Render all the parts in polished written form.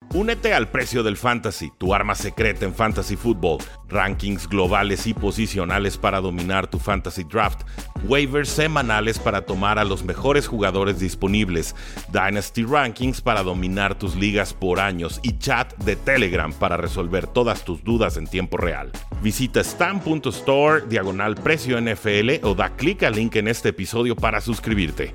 Únete al Precio del Fantasy, tu arma secreta en Fantasy Football, rankings globales y posicionales para dominar tu Fantasy Draft, waivers semanales para tomar a los mejores jugadores disponibles, Dynasty Rankings para dominar tus ligas por años y chat de Telegram para resolver todas tus dudas en tiempo real. Visita stam.store/precio NFL o da clic al link en este episodio para suscribirte.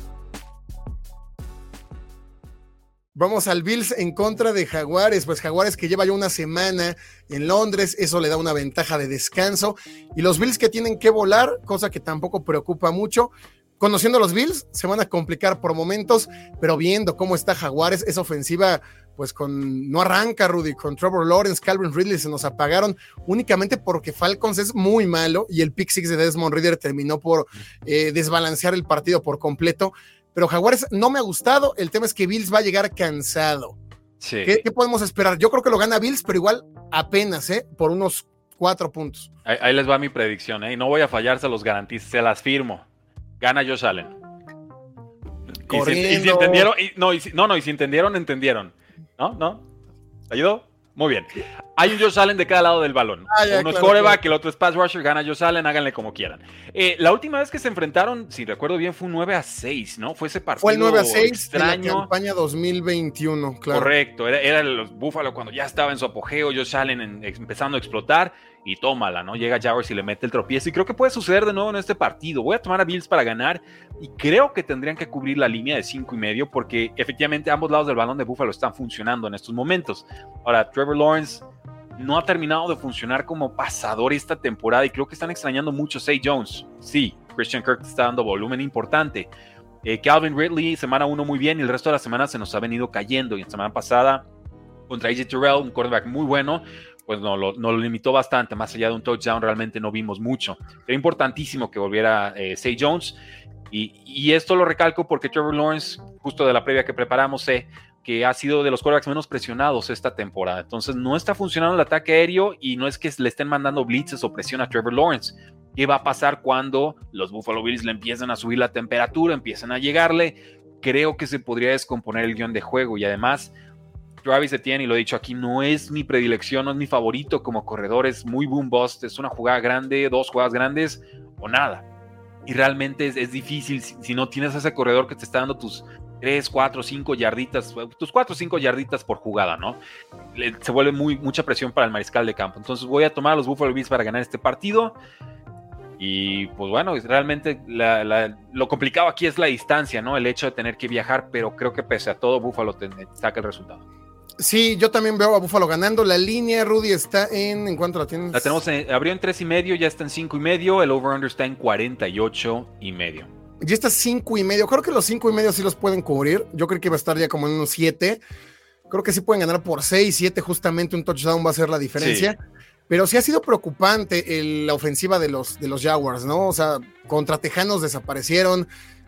Vamos al Bills en contra de Jaguares, pues Jaguares que lleva ya una semana en Londres, eso le da una ventaja de descanso, y los Bills que tienen que volar, cosa que tampoco preocupa mucho. Conociendo a los Bills, se van a complicar por momentos, pero viendo cómo está Jaguares, esa ofensiva, pues no arranca, Rudy, con Trevor Lawrence, Calvin Ridley se nos apagaron, únicamente porque Falcons es muy malo, y el pick six de Desmond Ridder terminó por desbalancear el partido por completo. Pero Jaguares no me ha gustado, el tema es que Bills va a llegar cansado. Sí. ¿Qué podemos esperar? Yo creo que lo gana Bills, pero igual apenas, por unos 4 puntos. Ahí les va mi predicción, y no voy a fallar, se los garantizo, se las firmo. Gana Josh Allen. Y si entendieron, y si entendieron, entendieron. ¿No? ¿Te ayudó? Muy bien. Hay un Josh Allen de cada lado del balón. Uno es quarterback, el otro es pass rusher, gana Josh Allen, háganle como quieran. La última vez que se enfrentaron, si recuerdo bien, fue un 9-6, ¿no? Fue ese partido. Fue el 9-6 extraño. De la campaña 2021, claro. Correcto, era los Buffalo cuando ya estaba en su apogeo, Josh Allen empezando a explotar, y tómala, ¿no? Llega Jaguars y le mete el tropiezo, y creo que puede suceder de nuevo en este partido. Voy a tomar a Bills para ganar, y creo que tendrían que cubrir la línea de 5.5, porque efectivamente ambos lados del balón de Buffalo están funcionando en estos momentos. Ahora, Trevor Lawrence no ha terminado de funcionar como pasador esta temporada, y creo que están extrañando mucho a Zay Jones. Sí, Christian Kirk está dando volumen importante. Calvin Ridley, semana 1 muy bien, y el resto de la semana se nos ha venido cayendo, y en semana pasada contra AJ Terrell, un quarterback muy bueno, pues no lo limitó bastante. Más allá de un touchdown realmente no vimos mucho. Era importantísimo que volviera Zay Jones, y esto lo recalco porque Trevor Lawrence, justo de la previa que preparamos, que ha sido de los quarterbacks menos presionados esta temporada. Entonces no está funcionando el ataque aéreo, y no es que le estén mandando blitzes o presión a Trevor Lawrence. ¿Qué va a pasar cuando los Buffalo Bills le empiezan a subir la temperatura, empiezan a llegarle? Creo que se podría descomponer el guión de juego, y además Travis Etienne, y lo he dicho aquí, no es mi predilección, no es mi favorito como corredor, es muy boom bust, es una jugada grande, 2 jugadas grandes o nada. Y realmente es difícil si no tienes ese corredor que te está dando tus 3, 4, 5 yarditas, tus 4 o 5 yarditas por jugada, ¿no? Se vuelve mucha presión para el mariscal de campo. Entonces voy a tomar a los Buffalo Bills para ganar este partido. Y pues bueno, realmente lo complicado aquí es la distancia, ¿no? El hecho de tener que viajar, pero creo que pese a todo, Buffalo saca el resultado. Sí, yo también veo a Buffalo ganando. La línea, Rudy, está ¿en cuánto la tienes? La tenemos, abrió en 3.5, ya está en 5.5, el over-under está en 48.5. Ya está 5.5, creo que los 5.5 sí los pueden cubrir. Yo creo que va a estar ya como en unos 7. Creo que sí pueden ganar por 6, 7, justamente un touchdown va a ser la diferencia. Sí. Pero sí ha sido preocupante la ofensiva de los Jaguars, ¿no? O sea, contra Tejanos desaparecieron,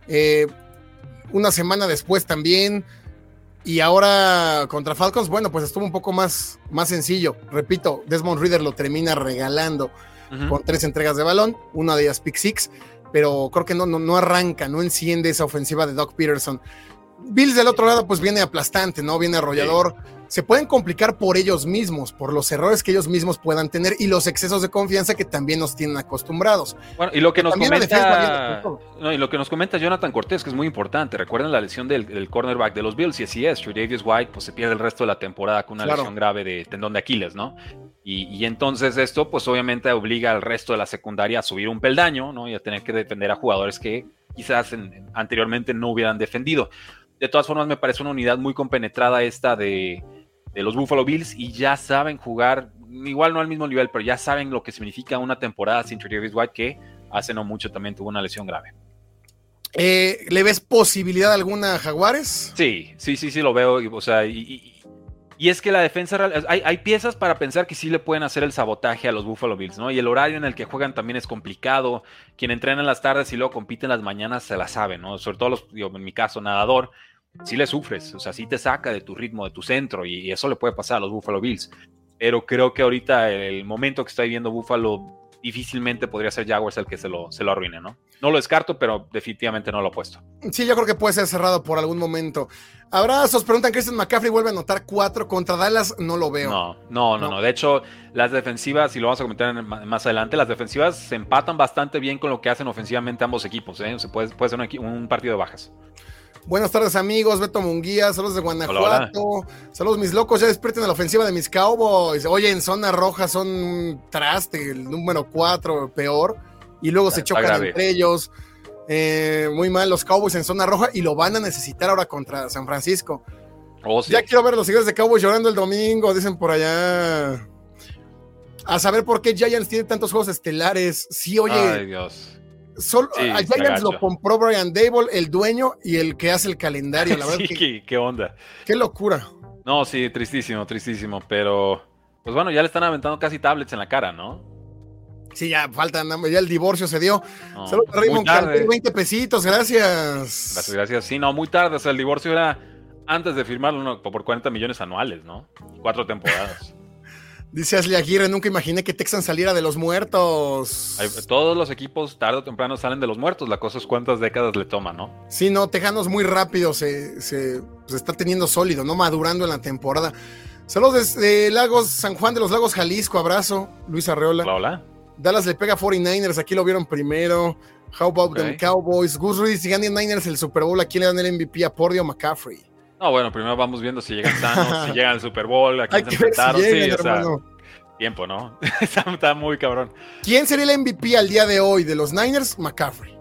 una semana después también, y ahora contra Falcons, bueno, pues estuvo un poco más sencillo. Repito, Desmond Ridder lo termina regalando con 3 entregas de balón, una de ellas pick six, pero creo que no arranca, no enciende esa ofensiva de Doug Peterson. Bills del otro lado pues viene aplastante, ¿no? Viene arrollador. Sí. Se pueden complicar por ellos mismos, por los errores que ellos mismos puedan tener y los excesos de confianza que también nos tienen acostumbrados. Bueno, y lo que nos comenta Jonathan Cortés, que es muy importante. Recuerden la lesión del cornerback de los Bills, y así es, Tre'Davious White pues se pierde el resto de la temporada con una lesión grave de tendón de Aquiles, ¿no? Y entonces esto pues obviamente obliga al resto de la secundaria a subir un peldaño, ¿no? Y a tener que defender a jugadores que quizás anteriormente no hubieran defendido. De todas formas, me parece una unidad muy compenetrada esta de los Buffalo Bills, y ya saben jugar, igual no al mismo nivel, pero ya saben lo que significa una temporada sin Tre'Davious White, que hace no mucho también tuvo una lesión grave. ¿Le ves posibilidad alguna a Jaguares? Sí, lo veo. O sea, y es que la defensa, hay piezas para pensar que sí le pueden hacer el sabotaje a los Buffalo Bills, ¿no? Y el horario en el que juegan también es complicado. Quien entrena en las tardes y luego compite en las mañanas se la sabe, ¿no? Sobre todo en mi caso, nadador, sí le sufres, o sea, sí te saca de tu ritmo, de tu centro, y eso le puede pasar a los Buffalo Bills. Pero creo que ahorita el momento que está viviendo Buffalo difícilmente podría ser Jaguars el que se lo arruine, ¿no? No lo descarto, pero definitivamente no lo apuesto. Sí, yo creo que puede ser cerrado por algún momento. Abrazos, preguntan, Christian McCaffrey vuelve a anotar 4 contra Dallas, no lo veo. No. De hecho, las defensivas, y lo vamos a comentar más adelante, las defensivas se empatan bastante bien con lo que hacen ofensivamente ambos equipos, ¿eh? O sea, puede ser un partido de bajas. Buenas tardes, amigos. Beto Munguía, saludos de Guanajuato. Hola. Saludos, mis locos. Ya despierten a la ofensiva de mis Cowboys. Oye, en zona roja son un traste, el número 4, peor. Y luego se chocan entre ellos. Muy mal los Cowboys en zona roja y lo van a necesitar ahora contra San Francisco. Sí. Ya quiero ver los seguidores de Cowboys llorando el domingo, dicen por allá. A saber por qué Giants tiene tantos juegos estelares. Sí, oye. Ay, Dios. A Giants lo compró Brian Daboll, el dueño y el que hace el calendario. La verdad qué onda. Qué locura. No, sí, tristísimo. Pero, pues bueno, ya le están aventando casi tablets en la cara, ¿no? Sí, ya faltan, ya el divorcio se dio. Saludos a Raymond Cantel, 20 pesitos, gracias. Gracias. Sí, no, muy tarde. O sea, el divorcio era antes de firmarlo por 40 millones anuales, ¿no? 4 temporadas. Dice Ashley Aguirre, nunca imaginé que Texans saliera de los muertos. Todos los equipos tarde o temprano salen de los muertos. La cosa es cuántas décadas le toma, ¿no? Sí, no, Tejanos muy rápido se está teniendo sólido, ¿no? Madurando en la temporada. Saludos desde Lagos, San Juan de los Lagos, Jalisco. Abrazo, Luis Arreola. Hola. Dallas le pega a 49ers, aquí lo vieron primero. How about them Cowboys? Gus Ruiz, si ganan Niners el Super Bowl, ¿a quién le dan el MVP? ¿A Pordio o McCaffrey? No, bueno, primero vamos viendo si llegan sanos, si llegan al Super Bowl, a quién se enfrentaron. Si llegan, sí, o sea, tiempo, ¿no? Está muy cabrón. ¿Quién sería el MVP al día de hoy de los Niners? McCaffrey.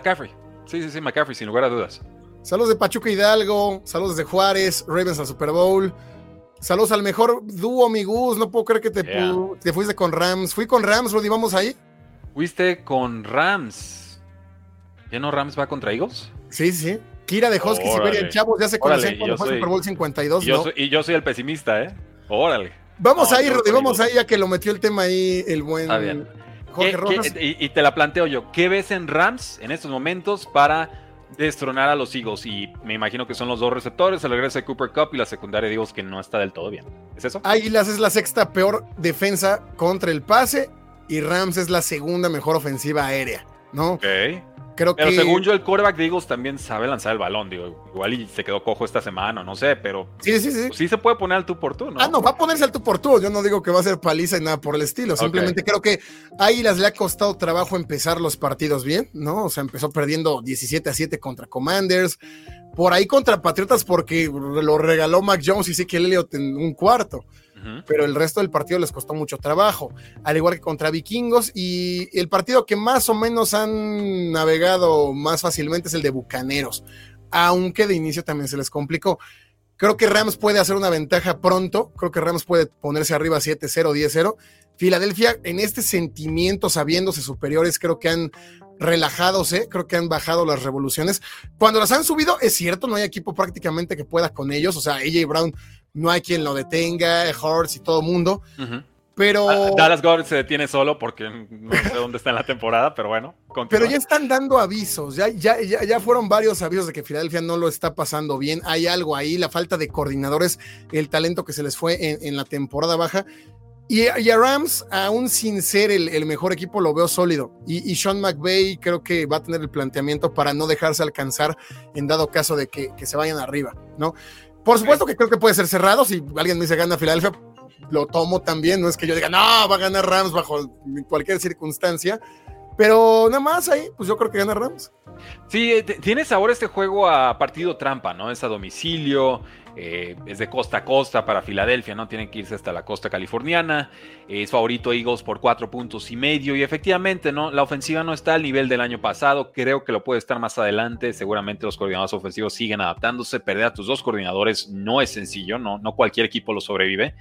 Sí, McCaffrey, sin lugar a dudas. Saludos de Pachuca Hidalgo, saludos desde Juárez, Ravens al Super Bowl. Saludos al mejor dúo, mi Gus. No puedo creer que te fuiste con Rams. Fui con Rams, Rudy, ¿vamos ahí? ¿Fuiste con Rams? ¿Ya no Rams va contra Eagles? Sí. Kira de Husky, Siberian Chavos, ya se conocían cuando fue Super Bowl 52, ¿no? Y yo soy el pesimista, ¿eh? Órale. Vamos ahí, Rudy, vamos ahí, ya que lo metió el tema ahí el buen Jorge Rojas. Y te la planteo yo. ¿Qué ves en Rams en estos momentos para destronar a los Eagles? Y me imagino que son los 2 receptores, el regreso de Cooper Kupp y la secundaria de Eagles que no está del todo bien. ¿Es eso? Águilas es la 6ª peor defensa contra el pase y Rams es la 2ª mejor ofensiva aérea, ¿no? Ok. Pero según yo, el quarterback de Eagles también sabe lanzar el balón, digo, igual y se quedó cojo esta semana, no sé, pero sí se puede poner al tú por tú, ¿no? No, va a ponerse al tú por tú, yo no digo que va a ser paliza y nada por el estilo, simplemente creo que a Águilas le ha costado trabajo empezar los partidos bien, ¿no? O sea, empezó perdiendo 17-7 contra Commanders, por ahí contra Patriotas porque lo regaló Mac Jones y Ezekiel Elliott en un cuarto. Pero el resto del partido les costó mucho trabajo, al igual que contra Vikingos, y el partido que más o menos han navegado más fácilmente es el de Bucaneros, aunque de inicio también se les complicó. Creo que Rams puede hacer una ventaja pronto, creo que Rams puede ponerse arriba 7-0, 10-0. Filadelfia, en este sentimiento, sabiéndose superiores, creo que han relajado, creo que han bajado las revoluciones. Cuando las han subido, es cierto, no hay equipo prácticamente que pueda con ellos, o sea, AJ Brown no hay quien lo detenga, Hurts y todo el mundo, pero... Dallas Goedert se detiene solo porque no sé dónde está en la temporada, pero bueno. Continúa. Pero ya están dando avisos, ya fueron varios avisos de que Filadelfia no lo está pasando bien, hay algo ahí, la falta de coordinadores, el talento que se les fue en la temporada baja, y a Rams, aún sin ser el mejor equipo, lo veo sólido, y Sean McVay creo que va a tener el planteamiento para no dejarse alcanzar en dado caso de que se vayan arriba, ¿no? Por supuesto que creo que puede ser cerrado. Si alguien me dice gana Filadelfia, lo tomo también. No es que yo diga, no, va a ganar Rams bajo cualquier circunstancia. Pero nada más ahí, pues yo creo que gana Rams. Sí, tiene sabor este juego a partido trampa, ¿no? Es a domicilio, es de costa a costa para Filadelfia, ¿no? Tienen que irse hasta la costa californiana, es favorito Eagles por 4.5 puntos, y efectivamente, ¿no? La ofensiva no está al nivel del año pasado, creo que lo puede estar más adelante, seguramente los coordinadores ofensivos siguen adaptándose, perder a tus 2 coordinadores no es sencillo, no cualquier equipo lo sobrevive,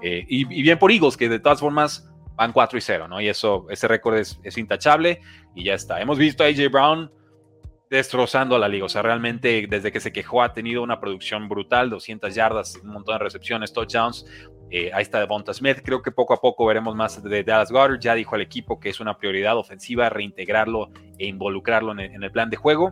y bien por Eagles, que de todas formas van 4-0, ¿no? Y ese récord es intachable, y ya está. Hemos visto a AJ Brown destrozando a la liga, o sea, realmente desde que se quejó ha tenido una producción brutal, 200 yardas, un montón de recepciones, touchdowns. Ahí está Devonta Smith, creo que poco a poco veremos más de Dallas Goedert, ya dijo al equipo que es una prioridad ofensiva reintegrarlo e involucrarlo en el plan de juego,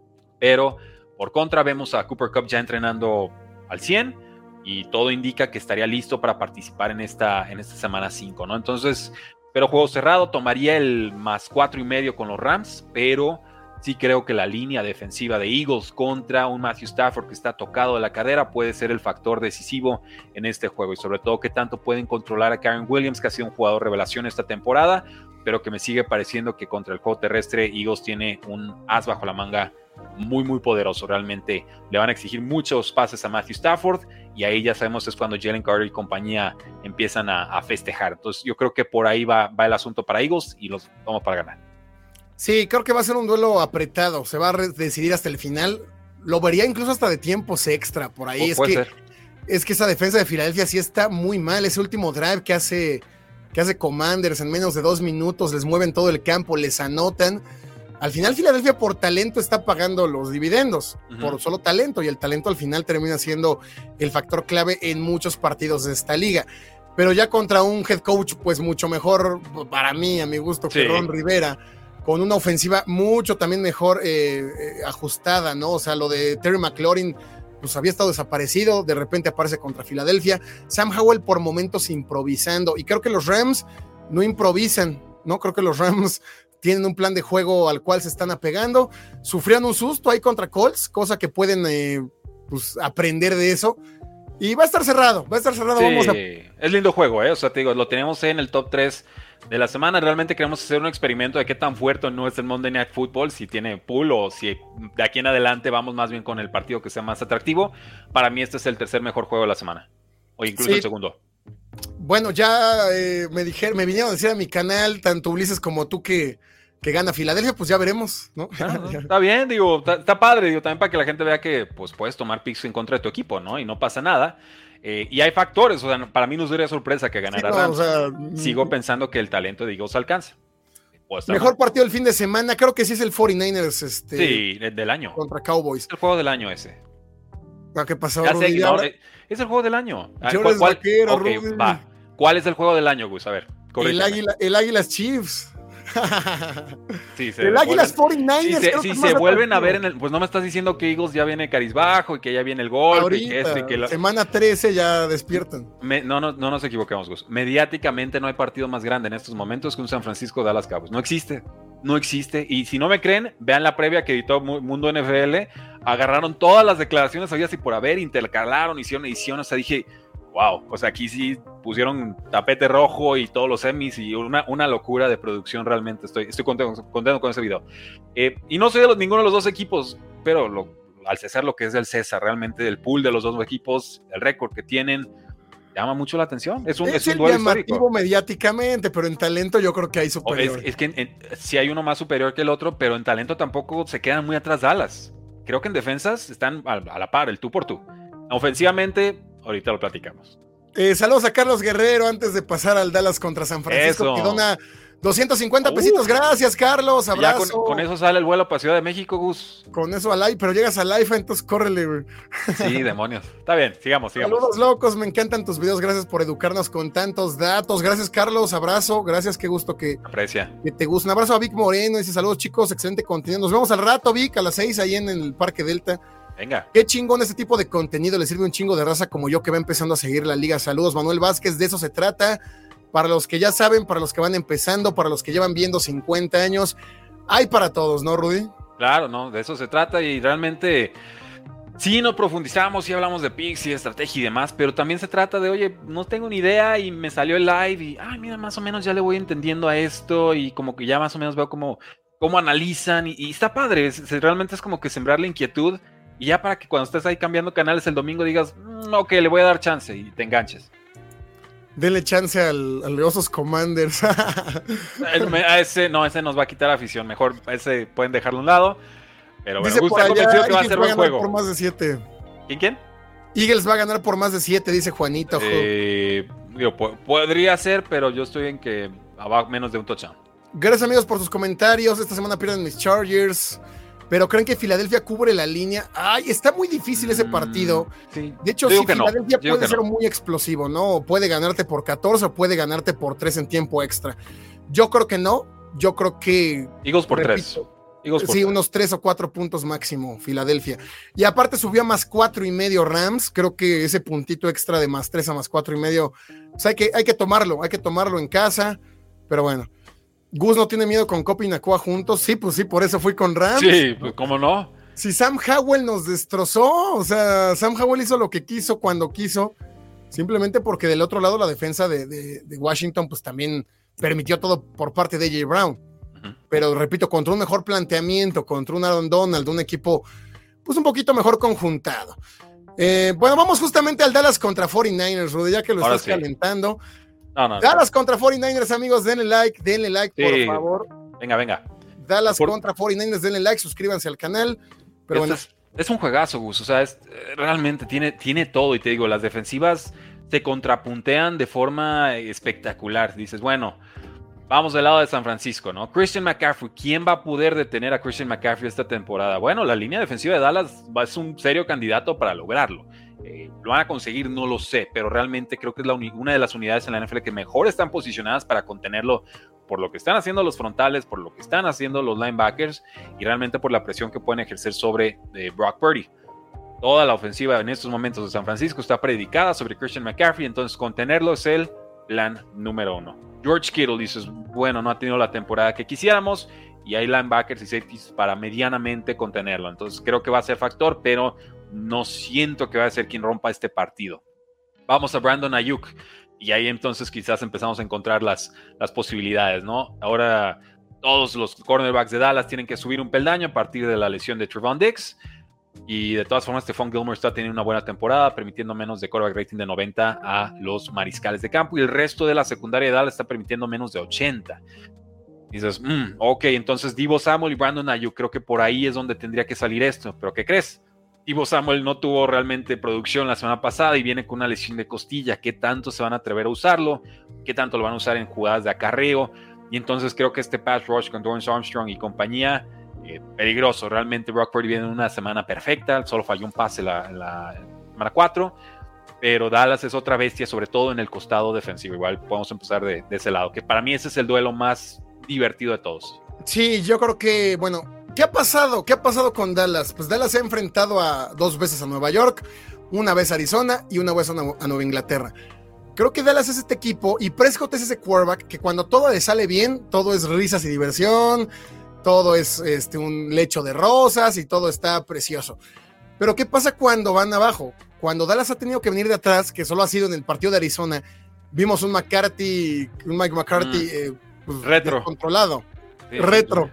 pero por contra vemos a Cooper Kupp ya entrenando al 100 y todo indica que estaría listo para participar en esta semana 5, ¿no? Entonces, pero juego cerrado, tomaría el más 4.5 con los Rams, pero sí creo que la línea defensiva de Eagles contra un Matthew Stafford que está tocado de la cadera puede ser el factor decisivo en este juego, y sobre todo qué tanto pueden controlar a Kyren Williams, que ha sido un jugador revelación esta temporada, pero que me sigue pareciendo que contra el juego terrestre Eagles tiene un as bajo la manga muy muy poderoso. Realmente le van a exigir muchos pases a Matthew Stafford, y ahí ya sabemos es cuando Jalen Carter y compañía empiezan a festejar. Entonces yo creo que por ahí va el asunto para Eagles y los vamos para ganar. Sí, creo que va a ser un duelo apretado, se va a decidir hasta el final, lo vería incluso hasta de tiempos extra por ahí. Es que esa defensa de Filadelfia sí está muy mal. Ese último drive que hace Commanders en menos de 2 minutos, les mueven todo el campo, les anotan. Al final Filadelfia por talento está pagando los dividendos, por solo talento, y el talento al final termina siendo el factor clave en muchos partidos de esta liga. Pero ya contra un head coach pues mucho mejor, para mí, a mi gusto, que Ron Rivera, con una ofensiva mucho también mejor ajustada, ¿no? O sea, lo de Terry McLaurin pues había estado desaparecido, de repente aparece contra Filadelfia. Sam Howell por momentos improvisando, y creo que los Rams no improvisan, ¿no? Creo que los Rams tienen un plan de juego al cual se están apegando. Sufrieron un susto ahí contra Colts, cosa que pueden pues aprender de eso. Y va a estar cerrado. Sí, es lindo juego, o sea, te digo, lo tenemos en el top 3 de la semana. Realmente queremos hacer un experimento de qué tan fuerte no es el Monday Night Football, si tiene pool o si de aquí en adelante vamos más bien con el partido que sea más atractivo. Para mí este es el tercer mejor juego de la semana, o incluso el segundo. Bueno, ya me vinieron a decir a mi canal, tanto Ulises como tú, que gana Filadelfia, pues ya veremos, ¿no? Está bien, digo, está padre, digo, también para que la gente vea que pues puedes tomar picks en contra de tu equipo, ¿no? Y no pasa nada. Y hay factores, o sea, para mí no sería sorpresa que ganara Rams. O sea, sigo pensando que el talento de Eagles alcanza. Mejor partido del fin de semana, creo que sí es el 49ers. Sí, del año. Contra Cowboys. Es el juego del año ese. ¿Qué pasó, Rudy? No, es el juego del año. ¿Cuál es el juego del año, Gus? A ver. El Águilas Chiefs. Sí, el Águilas 49ers. Si se vuelven a ver pues no me estás diciendo que Eagles ya viene carizbajo y que ya viene el golpe. Ahorita, semana 13 ya despiertan. No nos equivoquemos, Gus. Mediáticamente no hay partido más grande en estos momentos que un San Francisco Dallas Cowboys. No existe. Y si no me creen, vean la previa que editó Mundo NFL. Agarraron todas las declaraciones había así por haber, intercalaron, hicieron edición. O sea, dije, wow, o sea, aquí sí pusieron tapete rojo y todos los semis y una locura de producción. Realmente estoy contento con ese video. Y no soy de ninguno de los dos equipos, pero al César lo que es del César, realmente el pool de los dos equipos, el récord que tienen, llama mucho la atención. Es un duelo histórico mediáticamente, pero en talento yo creo que hay superior. Es que sí hay uno más superior que el otro, pero en talento tampoco se quedan muy atrás Dallas. Creo que en defensas están a la par, el tú por tú. Ofensivamente, ahorita lo platicamos. Saludos a Carlos Guerrero antes de pasar al Dallas contra San Francisco, que dona 250 pesitos. Gracias, Carlos. Abrazo. Ya con eso sale el vuelo para Ciudad de México, Gus. Con eso al live, pero llegas al live, entonces córrele, güey. Sí, demonios. Está bien, sigamos. Saludos, locos. Me encantan tus videos. Gracias por educarnos con tantos datos. Gracias, Carlos. Abrazo. Gracias, qué gusto que te gusta. Un abrazo a Vic Moreno. Dice saludos, chicos. Excelente contenido. Nos vemos al rato, Vic, a las 6 ahí en el Parque Delta. Venga. Qué chingón este tipo de contenido. Le sirve un chingo de raza como yo que va empezando a seguir la liga. Saludos, Manuel Vázquez. De eso se trata. Para los que ya saben, para los que van empezando, para los que llevan viendo 50 años, hay para todos, ¿no, Rudy? Claro, no, de eso se trata y realmente sí no profundizamos, sí hablamos de picks y de estrategia y demás, pero también se trata de, oye, no tengo ni idea y me salió el live y, mira, más o menos ya le voy entendiendo a esto y como que ya más o menos veo cómo analizan y está padre, realmente es como que sembrar la inquietud y ya para que cuando estés ahí cambiando canales el domingo digas, ok, le voy a dar chance y te enganches. Denle chance al Osos Commanders. Ese nos va a quitar afición. Mejor ese pueden dejarlo a un lado. Pero me gusta convencido que va a ser buen juego. Por más de 7. ¿Quién? Eagles va a ganar por más de 7, dice Juanito. Podría ser, pero yo estoy en que va menos de un touchdown. Gracias, amigos, por sus comentarios. Esta semana pierden mis Chargers. Pero creen que Filadelfia cubre la línea. Está muy difícil ese partido. Sí. De hecho, sí, Filadelfia puede ser muy explosivo, ¿no? Puede ganarte por 14 o puede ganarte por 3 en tiempo extra. Yo creo que no. Yo creo que... Eagles por 3. Sí, unos 3 o 4 puntos máximo, Filadelfia. Y aparte subió a más 4.5 Rams. Creo que ese puntito extra de más 3 a más 4.5, pues hay que tomarlo en casa. Pero bueno, Gus no tiene miedo con Copa y Nakua juntos. Sí, pues sí, por eso fui con Rams. Sí, pues cómo no. Si Sam Howell nos destrozó, o sea, Sam Howell hizo lo que quiso cuando quiso, simplemente porque del otro lado la defensa de Washington pues también permitió todo por parte de AJ Brown. Pero repito, contra un mejor planteamiento, contra un Aaron Donald, un equipo pues un poquito mejor conjuntado. Bueno, vamos justamente al Dallas contra 49ers, Rudy, ya que lo Ahora estás sí. calentando. No. Dallas contra 49ers, amigos, denle like, por favor. Venga. Dallas contra 49ers, denle like, suscríbanse al canal. Pero bueno. Es un juegazo, Gus. O sea, realmente tiene todo. Y te digo, las defensivas se contrapuntean de forma espectacular. Dices, bueno, vamos del lado de San Francisco, ¿no? Christian McCaffrey, ¿quién va a poder detener a Christian McCaffrey esta temporada? Bueno, la línea defensiva de Dallas es un serio candidato para lograrlo. ¿Lo van a conseguir? No lo sé, pero realmente creo que es una de las unidades en la NFL que mejor están posicionadas para contenerlo por lo que están haciendo los frontales, por lo que están haciendo los linebackers y realmente por la presión que pueden ejercer sobre Brock Purdy. Toda la ofensiva en estos momentos de San Francisco está predicada sobre Christian McCaffrey, entonces contenerlo es el plan número 1. George Kittle, dices, bueno, no ha tenido la temporada que quisiéramos y hay linebackers y safeties para medianamente contenerlo, entonces creo que va a ser factor, pero no siento que va a ser quien rompa este partido. Vamos a Brandon Ayuk y ahí entonces quizás empezamos a encontrar las posibilidades, ¿no? Ahora todos los cornerbacks de Dallas tienen que subir un peldaño a partir de la lesión de Trevon Diggs y de todas formas Stephon Gilmore está teniendo una buena temporada, permitiendo menos de quarterback rating de 90 a los mariscales de campo y el resto de la secundaria de Dallas está permitiendo menos de 80. Dices, ok, entonces Deebo Samuel y Brandon Ayuk, creo que por ahí es donde tendría que salir esto, pero ¿qué crees? Deebo Samuel no tuvo realmente producción la semana pasada y viene con una lesión de costilla. ¿Qué tanto se van a atrever a usarlo? ¿Qué tanto lo van a usar en jugadas de acarreo? Y entonces creo que este pass rush con Dorrance Armstrong y compañía, peligroso. Realmente Brock Purdy viene en una semana perfecta, solo falló un pase la semana 4, pero Dallas es otra bestia, sobre todo en el costado defensivo. Igual podemos empezar de ese lado, que para mí ese es el duelo más divertido de todos. Sí, yo creo que, bueno, ¿qué ha pasado? ¿Qué ha pasado con Dallas? Pues Dallas se ha enfrentado dos veces a Nueva York, una vez a Arizona y una vez a Nueva Inglaterra. Creo que Dallas es este equipo y Prescott es ese quarterback que cuando todo le sale bien, todo es risas y diversión, todo es un lecho de rosas y todo está precioso. Pero ¿qué pasa cuando van abajo? Cuando Dallas ha tenido que venir de atrás, que solo ha sido en el partido de Arizona, vimos un Mike McCarthy retro controlado. Sí, retro.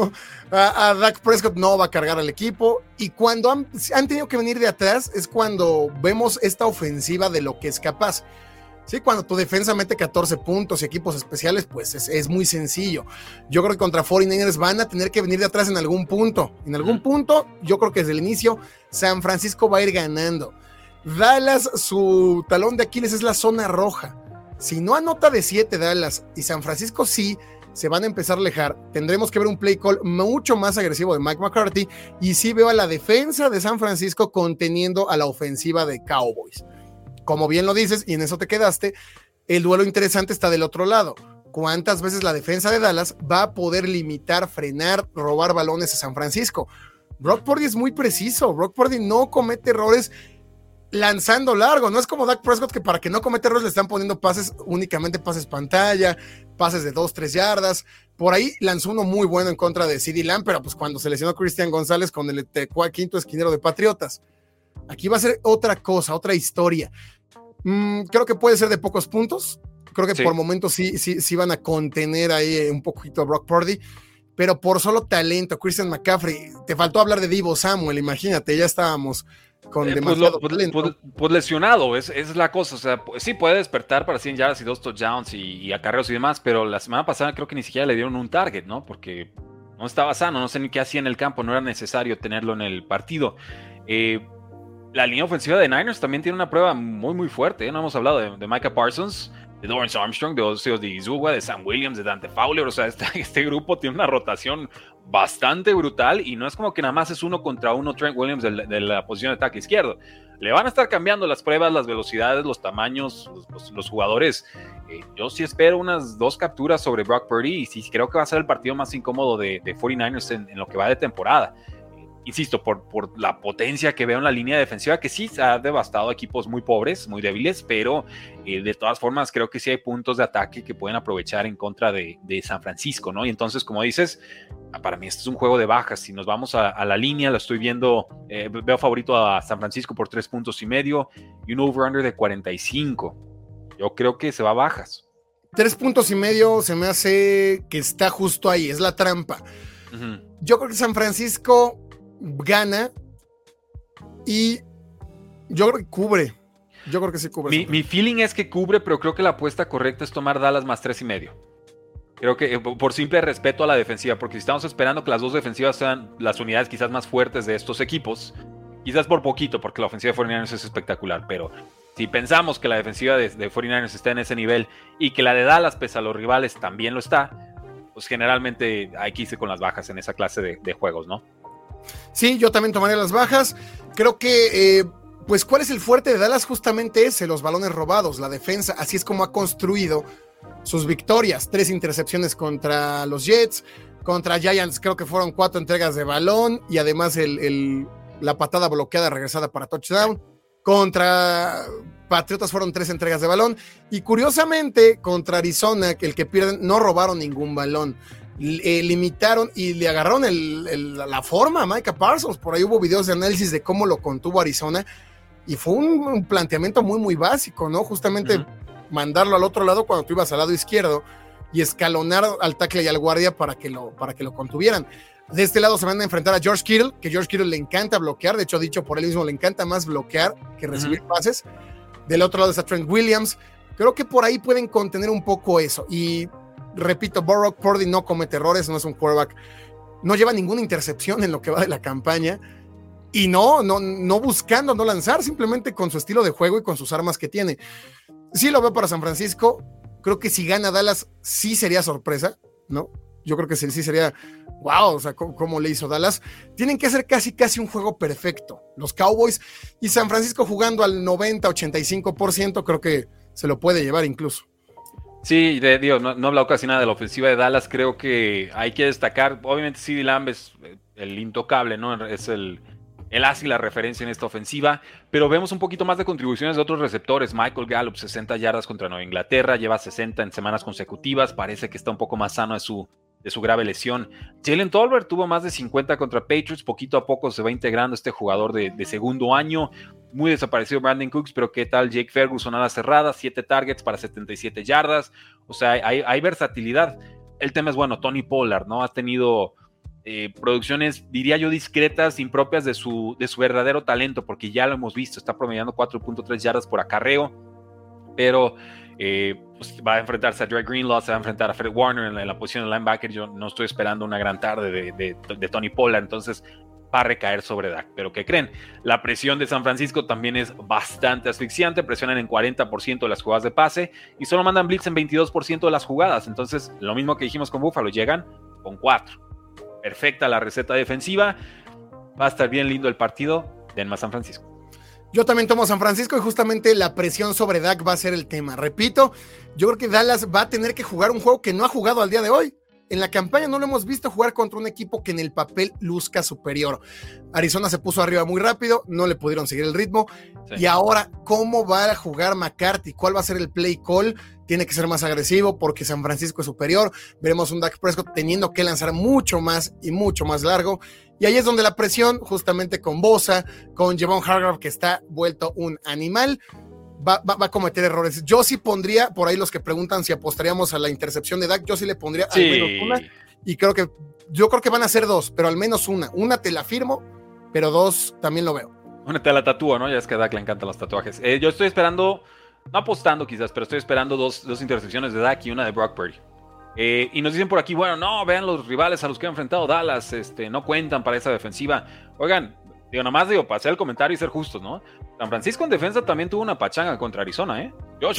A Dak Prescott no va a cargar al equipo y cuando han tenido que venir de atrás es cuando vemos esta ofensiva de lo que es capaz. Sí, cuando tu defensa mete 14 puntos y equipos especiales, pues es muy sencillo. Yo creo que contra 49ers van a tener que venir de atrás en algún punto. En algún punto, yo creo que desde el inicio San Francisco va a ir ganando. Dallas, su talón de Aquiles es la zona roja. Si no anota de 7 Dallas y San Francisco sí, se van a empezar a alejar. Tendremos que ver un play call mucho más agresivo de Mike McCarthy y sí veo a la defensa de San Francisco conteniendo a la ofensiva de Cowboys. Como bien lo dices, y en eso te quedaste, el duelo interesante está del otro lado. ¿Cuántas veces la defensa de Dallas va a poder limitar, frenar, robar balones a San Francisco? Brock Purdy es muy preciso. Brock Purdy no comete errores lanzando largo, no es como Dak Prescott que para que no cometa errores le están poniendo pases, únicamente pases pantalla, pases de 2-3 yardas, por ahí lanzó uno muy bueno en contra de CeeDee Lamb, pero pues cuando se lesionó Christian González con el quinto esquinero de Patriotas, aquí va a ser otra cosa, otra historia, creo que puede ser de pocos puntos, creo que sí. Por momentos sí van a contener ahí un poquito a Brock Purdy, pero por solo talento, Christian McCaffrey, te faltó hablar de Deebo Samuel, imagínate, ya estábamos con demasiado talento. Pues lesionado, es la cosa, o sea, pues sí puede despertar para 100 yardas y 2 touchdowns y acarreos y demás, pero la semana pasada creo que ni siquiera le dieron un target, ¿no? Porque no estaba sano, no sé ni qué hacía en el campo, no era necesario tenerlo en el partido. La línea ofensiva de Niners también tiene una prueba muy muy fuerte, ¿eh? No hemos hablado de Micah Parsons, de Dorrance Armstrong, de Osiris de Izugwa, de Sam Williams, de Dante Fowler, o sea, este grupo tiene una rotación bastante brutal y no es como que nada más es uno contra uno Trent Williams de la posición de tackle izquierdo. Le van a estar cambiando las pruebas, las velocidades, los tamaños, los jugadores. Yo sí espero unas 2 capturas sobre Brock Purdy y sí creo que va a ser el partido más incómodo de 49ers en lo que va de temporada. insisto, por la potencia que veo en la línea defensiva, que sí ha devastado equipos muy pobres, muy débiles, pero de todas formas creo que sí hay puntos de ataque que pueden aprovechar en contra de San Francisco, ¿no? Y entonces, como dices, para mí este es un juego de bajas. Si nos vamos a la línea, la estoy viendo, veo favorito a San Francisco por 3.5 puntos y un over-under de 45. Yo creo que se va a bajas. 3.5 puntos se me hace que está justo ahí, es la trampa. Yo creo que San Francisco gana y yo creo que cubre. Yo creo que sí cubre. Mi feeling es que cubre, pero creo que la apuesta correcta es tomar Dallas más 3.5. Creo que por simple respeto a la defensiva, porque si estamos esperando que las dos defensivas sean las unidades quizás más fuertes de estos equipos, quizás por poquito, porque la ofensiva de 49ers es espectacular, pero si pensamos que la defensiva de 49ers está en ese nivel y que la de Dallas, pese a los rivales, también lo está, pues generalmente hay que irse con las bajas en esa clase de juegos, ¿no? Sí, yo también tomaría las bajas. Creo que, pues, ¿cuál es el fuerte de Dallas? Justamente ese, los balones robados, la defensa. Así es como ha construido sus victorias. 3 intercepciones contra los Jets, contra Giants creo que fueron 4 entregas de balón y además la patada bloqueada regresada para touchdown. Contra Patriotas fueron 3 entregas de balón y curiosamente contra Arizona, el que pierden, no robaron ningún balón. Limitaron y le agarraron la forma a Micah Parsons. Por ahí hubo videos de análisis de cómo lo contuvo Arizona y fue un planteamiento muy muy básico, ¿no? Justamente mandarlo al otro lado cuando tú ibas al lado izquierdo y escalonar al tackle y al guardia para que lo contuvieran. De este lado se van a enfrentar a George Kittle, que George Kittle le encanta bloquear, de hecho dicho por él mismo, le encanta más bloquear que recibir pases. Del otro lado está Trent Williams. Creo que por ahí pueden contener un poco eso y repito, Brock Purdy no comete errores, no es un quarterback, no lleva ninguna intercepción en lo que va de la campaña y no buscando no lanzar, simplemente con su estilo de juego y con sus armas que tiene. Sí lo veo para San Francisco, creo que si gana Dallas sí sería sorpresa, ¿no? Yo creo que sí sería, wow, o sea, ¿cómo le hizo Dallas? Tienen que hacer casi un juego perfecto, los Cowboys, y San Francisco jugando al 90-85%, creo que se lo puede llevar incluso. Sí, no he hablado casi nada de la ofensiva de Dallas. Creo que hay que destacar, obviamente CeeDee Lamb es el intocable, ¿no? Es el as y la referencia en esta ofensiva, pero vemos un poquito más de contribuciones de otros receptores. Michael Gallup, 60 yardas contra Nueva Inglaterra, lleva 60 en semanas consecutivas, parece que está un poco más sano de su grave lesión. Jalen Tolbert tuvo más de 50 contra Patriots, poquito a poco se va integrando este jugador de segundo año. Muy desaparecido Brandon Cooks, pero ¿qué tal Jake Ferguson a la cerrada? 7 targets para 77 yardas. O sea, hay versatilidad. El tema es, bueno, Tony Pollard, ¿no? Ha tenido producciones, diría yo, discretas, impropias de su verdadero talento, porque ya lo hemos visto, está promediando 4.3 yardas por acarreo, pero pues va a enfrentarse a Dre Greenlaw, se va a enfrentar a Fred Warner en la posición de linebacker. Yo no estoy esperando una gran tarde de Tony Pollard, entonces va a recaer sobre Dak. Pero ¿qué creen? La presión de San Francisco también es bastante asfixiante, presionan en 40% de las jugadas de pase y solo mandan blitz en 22% de las jugadas. Entonces, lo mismo que dijimos con Buffalo, llegan con 4. Perfecta la receta defensiva, va a estar bien lindo el partido, den más San Francisco. Yo también tomo San Francisco y justamente la presión sobre Dak va a ser el tema. Repito, yo creo que Dallas va a tener que jugar un juego que no ha jugado al día de hoy. En la campaña no lo hemos visto jugar contra un equipo que en el papel luzca superior. Arizona se puso arriba muy rápido, no le pudieron seguir el ritmo. Sí. Y ahora, ¿cómo va a jugar McCarthy? ¿Cuál va a ser el play call? Tiene que ser más agresivo porque San Francisco es superior. Veremos un Dak Prescott teniendo que lanzar mucho más y mucho más largo. Y ahí es donde la presión, justamente con Bosa, con Javon Hargrave, que está vuelto un animal, va a cometer errores. Yo sí pondría, por ahí los que preguntan si apostaríamos a la intercepción de Dak, yo sí le pondría al menos una, y yo creo que van a ser 2, pero al menos una te la firmo, pero 2 también lo veo. Una te la tatúo, ¿no? Ya es que a Dak le encantan los tatuajes. Yo estoy esperando, no apostando quizás, pero estoy esperando dos intercepciones de Dak y una de Brock Purdy. Y nos dicen por aquí, bueno, no, vean los rivales a los que ha enfrentado Dallas, no cuentan para esa defensiva. Oigan, para hacer el comentario y ser justos, ¿no? San Francisco en defensa también tuvo una pachanga contra Arizona, ¿eh?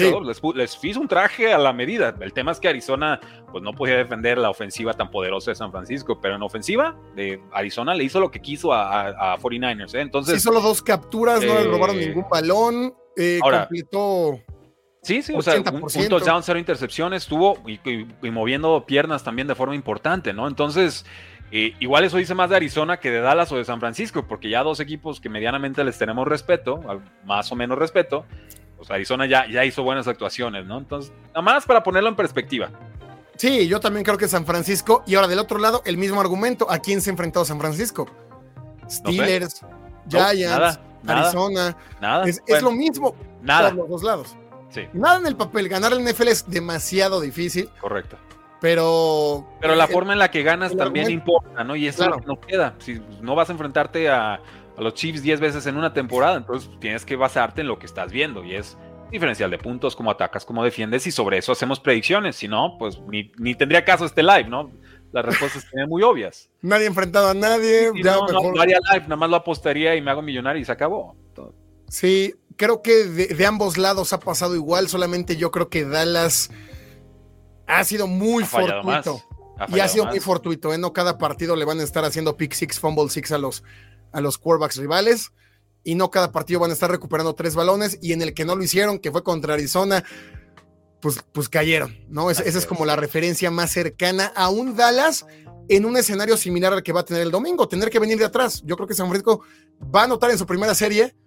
Les hizo un traje a la medida. El tema es que Arizona pues no podía defender la ofensiva tan poderosa de San Francisco, pero en ofensiva de Arizona le hizo lo que quiso a 49ers, ¿eh? Entonces, sí, solo 2 capturas, no le robaron ningún balón, ahora, completó... Sí, o sea, un touchdown, 0 intercepciones, estuvo y moviendo piernas también de forma importante, ¿no? Entonces, Igual eso dice más de Arizona que de Dallas o de San Francisco, porque ya dos equipos que medianamente les tenemos respeto, más o menos respeto, pues Arizona ya hizo buenas actuaciones, ¿no? Entonces, nada más para ponerlo en perspectiva. Sí, yo también creo que San Francisco. Y ahora del otro lado, el mismo argumento. ¿A quién se ha enfrentado San Francisco? Steelers, Giants, Arizona. Nada. Es lo mismo nada. por los dos lados. Sí. Nada en el papel. Ganar el NFL es demasiado difícil. Correcto. Pero la forma en la que ganas también importa, ¿no? Y eso claro. es lo que nos queda. Si no vas a enfrentarte a los Chiefs 10 veces en una temporada, entonces tienes que basarte en lo que estás viendo. Y es diferencial de puntos, cómo atacas, cómo defiendes, y sobre eso hacemos predicciones. Si no, pues ni tendría caso este live, ¿no? Las respuestas serían muy obvias. Nadie ha enfrentado a nadie. Sí, ya no mejor. haría live, nada más lo apostaría y me hago millonario y se acabó. Sí, creo que de ambos lados ha pasado igual. Solamente yo creo que Dallas ha sido muy fortuito. Y ha sido muy fortuito, ¿eh? No cada partido le van a estar haciendo pick six, fumble six a los quarterbacks rivales. Y no cada partido van a estar recuperando 3 balones. Y en el que no lo hicieron, que fue contra Arizona, pues cayeron, ¿no? Esa es como la referencia más cercana a un Dallas en un escenario similar al que va a tener el domingo, tener que venir de atrás. Yo creo que San Francisco va a anotar en su primera serie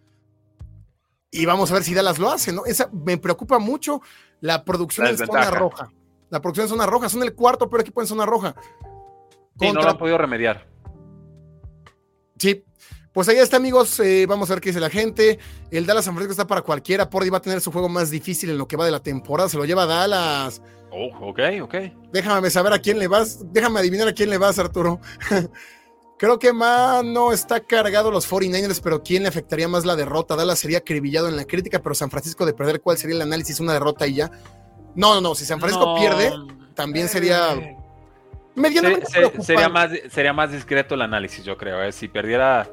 y vamos a ver si Dallas lo hace, ¿no? Esa me preocupa mucho, la producción en zona roja. La producción en zona roja, son el cuarto peor equipo en zona roja. Sí, no lo han podido remediar. Sí, pues ahí está, amigos. Vamos a ver qué dice la gente. El Dallas San Francisco está para cualquiera. Pordy va a tener su juego más difícil en lo que va de la temporada. Se lo lleva a Dallas. Oh, ok. Déjame saber a quién le vas. Déjame adivinar a quién le vas, Arturo. Creo que no está cargado los 49ers, pero ¿quién le afectaría más la derrota? Dallas sería acribillado en la crítica, pero San Francisco de perder, ¿cuál sería el análisis? ¿Una derrota y ya? No. Si San Francisco pierde, también sería medianamente preocupante. Sería más discreto el análisis, yo creo. Si perdiera...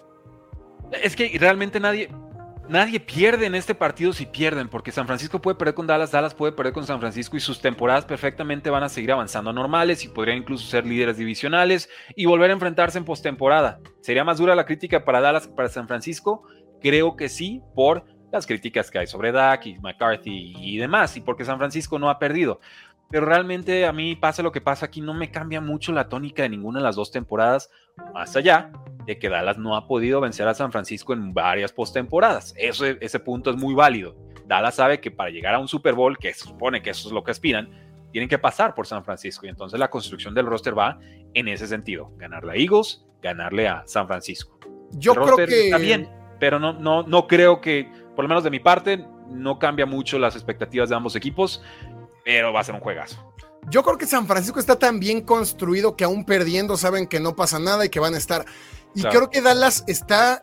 Es que realmente nadie pierde en este partido si pierden, porque San Francisco puede perder con Dallas, Dallas puede perder con San Francisco y sus temporadas perfectamente van a seguir avanzando normales y podrían incluso ser líderes divisionales y volver a enfrentarse en postemporada. ¿Sería más dura la crítica para Dallas que para San Francisco? Creo que sí, por las críticas que hay sobre Dak y McCarthy y demás, y porque San Francisco no ha perdido. Pero realmente a mí, pase lo que pasa aquí, no me cambia mucho la tónica de ninguna de las dos temporadas, más allá de que Dallas no ha podido vencer a San Francisco en varias postemporadas. Ese punto es muy válido. Dallas sabe que para llegar a un Super Bowl, que se supone que eso es lo que aspiran, tienen que pasar por San Francisco, y entonces la construcción del roster va en ese sentido: ganarle a Eagles, ganarle a San Francisco. Yo creo que está bien, pero no creo que, por lo menos de mi parte, no cambia mucho las expectativas de ambos equipos, pero va a ser un juegazo. Yo creo que San Francisco está tan bien construido que aún perdiendo saben que no pasa nada y que van a estar. Y claro, creo que Dallas está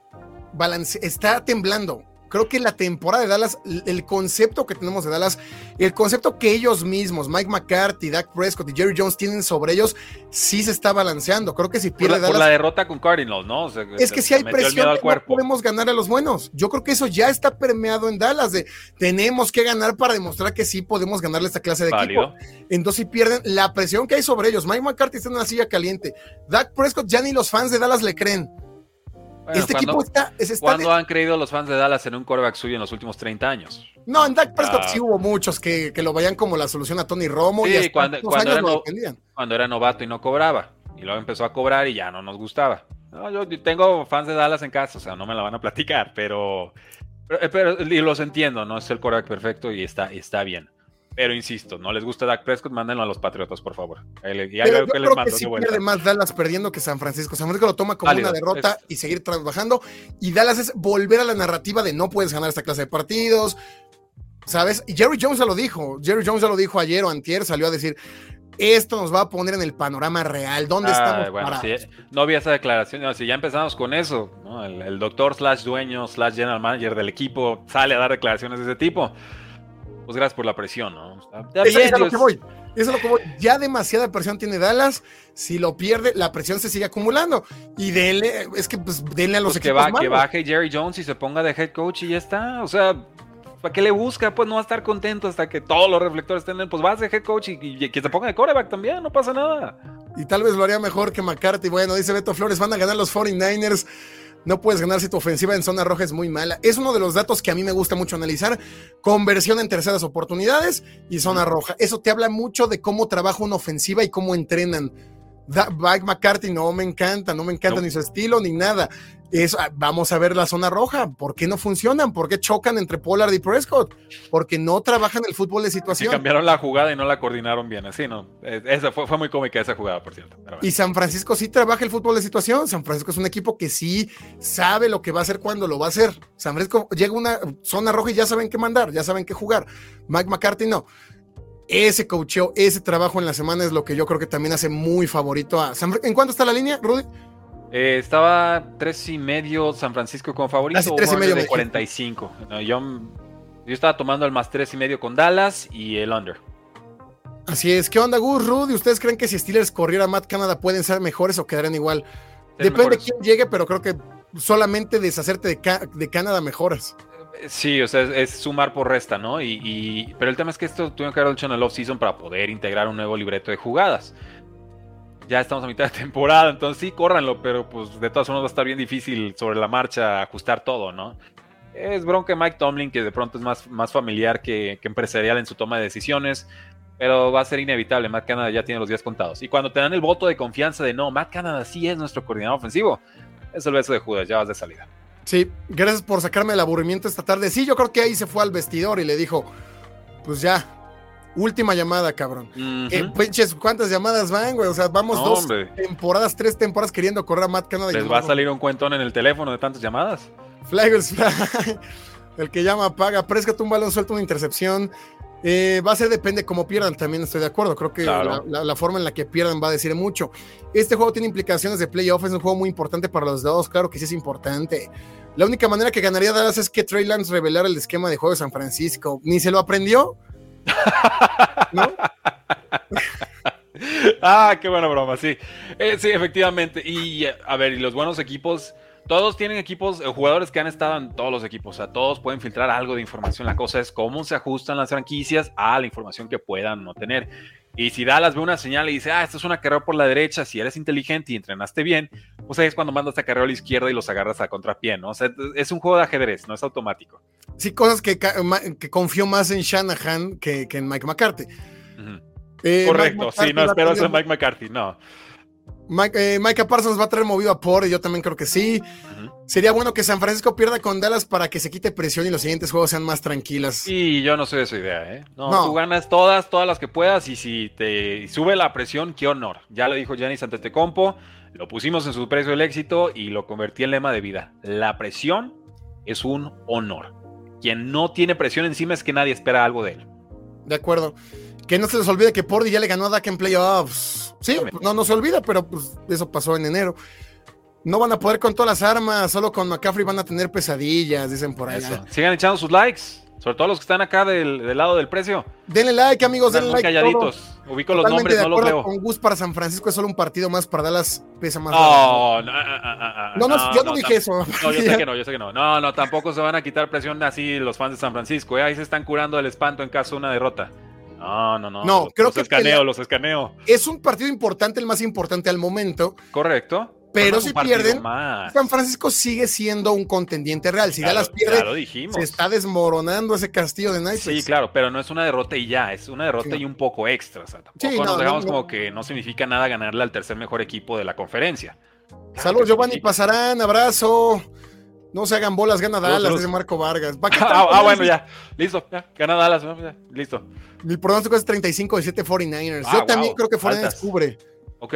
temblando. Creo que la temporada de Dallas, el concepto que tenemos de Dallas, el concepto que ellos mismos, Mike McCarthy, Dak Prescott y Jerry Jones tienen sobre ellos, sí se está balanceando. Creo que si pierde Dallas... Por la derrota con Cardinals, ¿no? Es que si hay presión, no podemos ganar a los buenos. Yo creo que eso ya está permeado en Dallas, tenemos que ganar para demostrar que sí podemos ganarle esta clase de equipo. Entonces si pierden, la presión que hay sobre ellos, Mike McCarthy está en una silla caliente, Dak Prescott ya ni los fans de Dallas le creen. Bueno, este equipo está ¿cuándo han creído los fans de Dallas en un quarterback suyo en los últimos 30 años? No, en Dak Prescott sí hubo muchos que lo veían como la solución a Tony Romo. Sí, y cuando era novato y no cobraba. Y luego empezó a cobrar y ya no nos gustaba. No, yo tengo fans de Dallas en casa, o sea, no me la van a platicar, pero y los entiendo, no es el quarterback perfecto y está bien. Pero insisto, no les gusta Dak Prescott, mándenlo a los Patriotas, por favor. Pero yo creo que sí pierde más Dallas perdiendo que San Francisco. San Francisco lo toma como una derrota y seguir trabajando. Y Dallas es volver a la narrativa de no puedes ganar esta clase de partidos, ¿sabes? Y Jerry Jones ya lo dijo. Jerry Jones ya lo dijo ayer o antier, salió a decir, esto nos va a poner en el panorama real. ¿Dónde estamos parados? Sí, no vi esa declaración. No, si ya empezamos con eso, ¿no? El doctor / dueño / general manager del equipo sale a dar declaraciones de ese tipo. Pues gracias por la presión, ¿no? Eso es lo que voy. Ya demasiada presión tiene Dallas. Si lo pierde, la presión se sigue acumulando. Y denle a los equipos malos. Que baje Jerry Jones y se ponga de head coach y ya está. O sea, ¿para qué le busca? Pues no va a estar contento hasta que todos los reflectores estén en él. Pues vas de head coach y que se ponga de quarterback también, no pasa nada. Y tal vez lo haría mejor que McCarthy. Bueno, dice Beto Flores, van a ganar los 49ers. No puedes ganar si tu ofensiva en zona roja es muy mala. Es uno de los datos que a mí me gusta mucho analizar. Conversión en terceras oportunidades y zona roja. Eso te habla mucho de cómo trabaja una ofensiva y cómo entrenan. Mike McCarthy no me encanta ni su estilo ni nada. Vamos a ver la zona roja. ¿Por qué no funcionan? ¿Por qué chocan entre Pollard y Prescott? Porque no trabajan el fútbol de situación. Y cambiaron la jugada y no la coordinaron bien. Así, ¿no? Esa fue muy cómica esa jugada, por cierto. Y San Francisco sí trabaja el fútbol de situación. San Francisco es un equipo que sí sabe lo que va a hacer cuando lo va a hacer. San Francisco llega a una zona roja y ya saben qué mandar, ya saben qué jugar. Mike McCarthy no. Ese coacheo, ese trabajo en la semana es lo que yo creo que también hace muy favorito a San Francisco. ¿En cuánto está la línea, Rudy? Estaba 3.5 San Francisco como favorito. Casi 3.5 de 45. No, yo estaba tomando el más 3.5 con Dallas y el under. Así es. ¿Qué onda, Gus, Rudy? ¿Ustedes creen que si Steelers corriera a Matt Canada pueden ser mejores o quedarán igual? Depende de quién llegue, pero creo que solamente deshacerte de Canada mejoras. Sí, o sea, es sumar por resta, ¿no? Pero el tema es que esto tuvieron que haberlo hecho en el off-season para poder integrar un nuevo libreto de jugadas. Ya estamos a mitad de temporada, entonces sí, córranlo, pero pues de todas formas va a estar bien difícil sobre la marcha ajustar todo, ¿no? Es bronca de Mike Tomlin, que de pronto es más familiar que empresarial en su toma de decisiones, pero va a ser inevitable. Matt Canada ya tiene los días contados. Y cuando te dan el voto de confianza de no, Matt Canada sí es nuestro coordinador ofensivo, es el beso de Judas, ya vas de salida. Sí, gracias por sacarme el aburrimiento esta tarde. Sí, yo creo que ahí se fue al vestidor y le dijo, pues ya, última llamada, cabrón. Pinches, ¿cuántas llamadas van, güey? O sea, vamos 3 temporadas queriendo correr a Matt Canada. Les va a salir un cuentón en el teléfono de tantas llamadas. Flag. El que llama paga. Prescott un balón, suelta una intercepción. Va a ser, depende cómo pierdan, también estoy de acuerdo. Creo que claro, la forma en la que pierdan va a decir mucho. Este juego tiene implicaciones de playoff, es un juego muy importante para los dos, claro que sí es importante. La única manera que ganaría Dallas es que Trey Lance revelara el esquema de juego de San Francisco. ¿Ni se lo aprendió? ¿No? Qué buena broma, sí. Sí, efectivamente. Y a ver, y los buenos equipos, todos tienen equipos, jugadores que han estado en todos los equipos, o sea, todos pueden filtrar algo de información. La cosa es cómo se ajustan las franquicias a la información que puedan no tener. Y si Dallas ve una señal y dice, esto es una carrera por la derecha, si eres inteligente y entrenaste bien, pues ahí es cuando mandas a carrera a la izquierda y los agarras a contrapié, ¿no? O sea, es un juego de ajedrez, no es automático. Sí, cosas que confío más en Shanahan que en Mike McCarthy. Correcto, McCarthy, sí, no espero ser Mike McCarthy, no. Micah Parsons va a traer movido a Por, y yo también creo que sí. Sería bueno que San Francisco pierda con Dallas para que se quite presión y los siguientes juegos sean más tranquilas. Y yo no soy de esa idea, ¿eh? No, tú ganas todas las que puedas, y si te sube la presión, qué honor. Ya lo dijo Giannis Antetokounmpo, lo pusimos en su precio del éxito y lo convertí en lema de vida. La presión es un honor. Quien no tiene presión encima es que nadie espera algo de él. De acuerdo. Que no se les olvide que Pordy ya le ganó a Dak en playoffs. Sí, no se olvida, pero pues eso pasó en enero. No van a poder con todas las armas, solo con McCaffrey van a tener pesadillas, dicen por ahí. Sigan echando sus likes, sobre todo los que están acá del lado del precio. Denle like, amigos, denle like. Calladitos. Todo. Ubico los nombres, no los veo. Con Gus para San Francisco es solo un partido más, para Dallas pesa más. No, yo no dije eso. No, yo sé que no. No, tampoco se van a quitar presión así los fans de San Francisco. Ahí se están curando el espanto en caso de una derrota. No, creo que los escaneo. Es un partido importante, el más importante al momento. Correcto. Pero si pierden, San Francisco sigue siendo un contendiente real. Si Dallas pierde, se está desmoronando ese castillo de Naipes. Sí, claro, pero no es una derrota y ya, es una derrota y un poco extra. O sea, tampoco nos dejamos como que no significa nada ganarle al tercer mejor equipo de la conferencia. Saludos, Giovanni Pasarán, abrazo. No se hagan bolas, gana Dallas, dice Marco Vargas. Bueno, ya, listo, ya, gana Dallas, ya, listo. Mi pronóstico es 35-17 49ers. Yo también creo que 49ers cubre. Ok.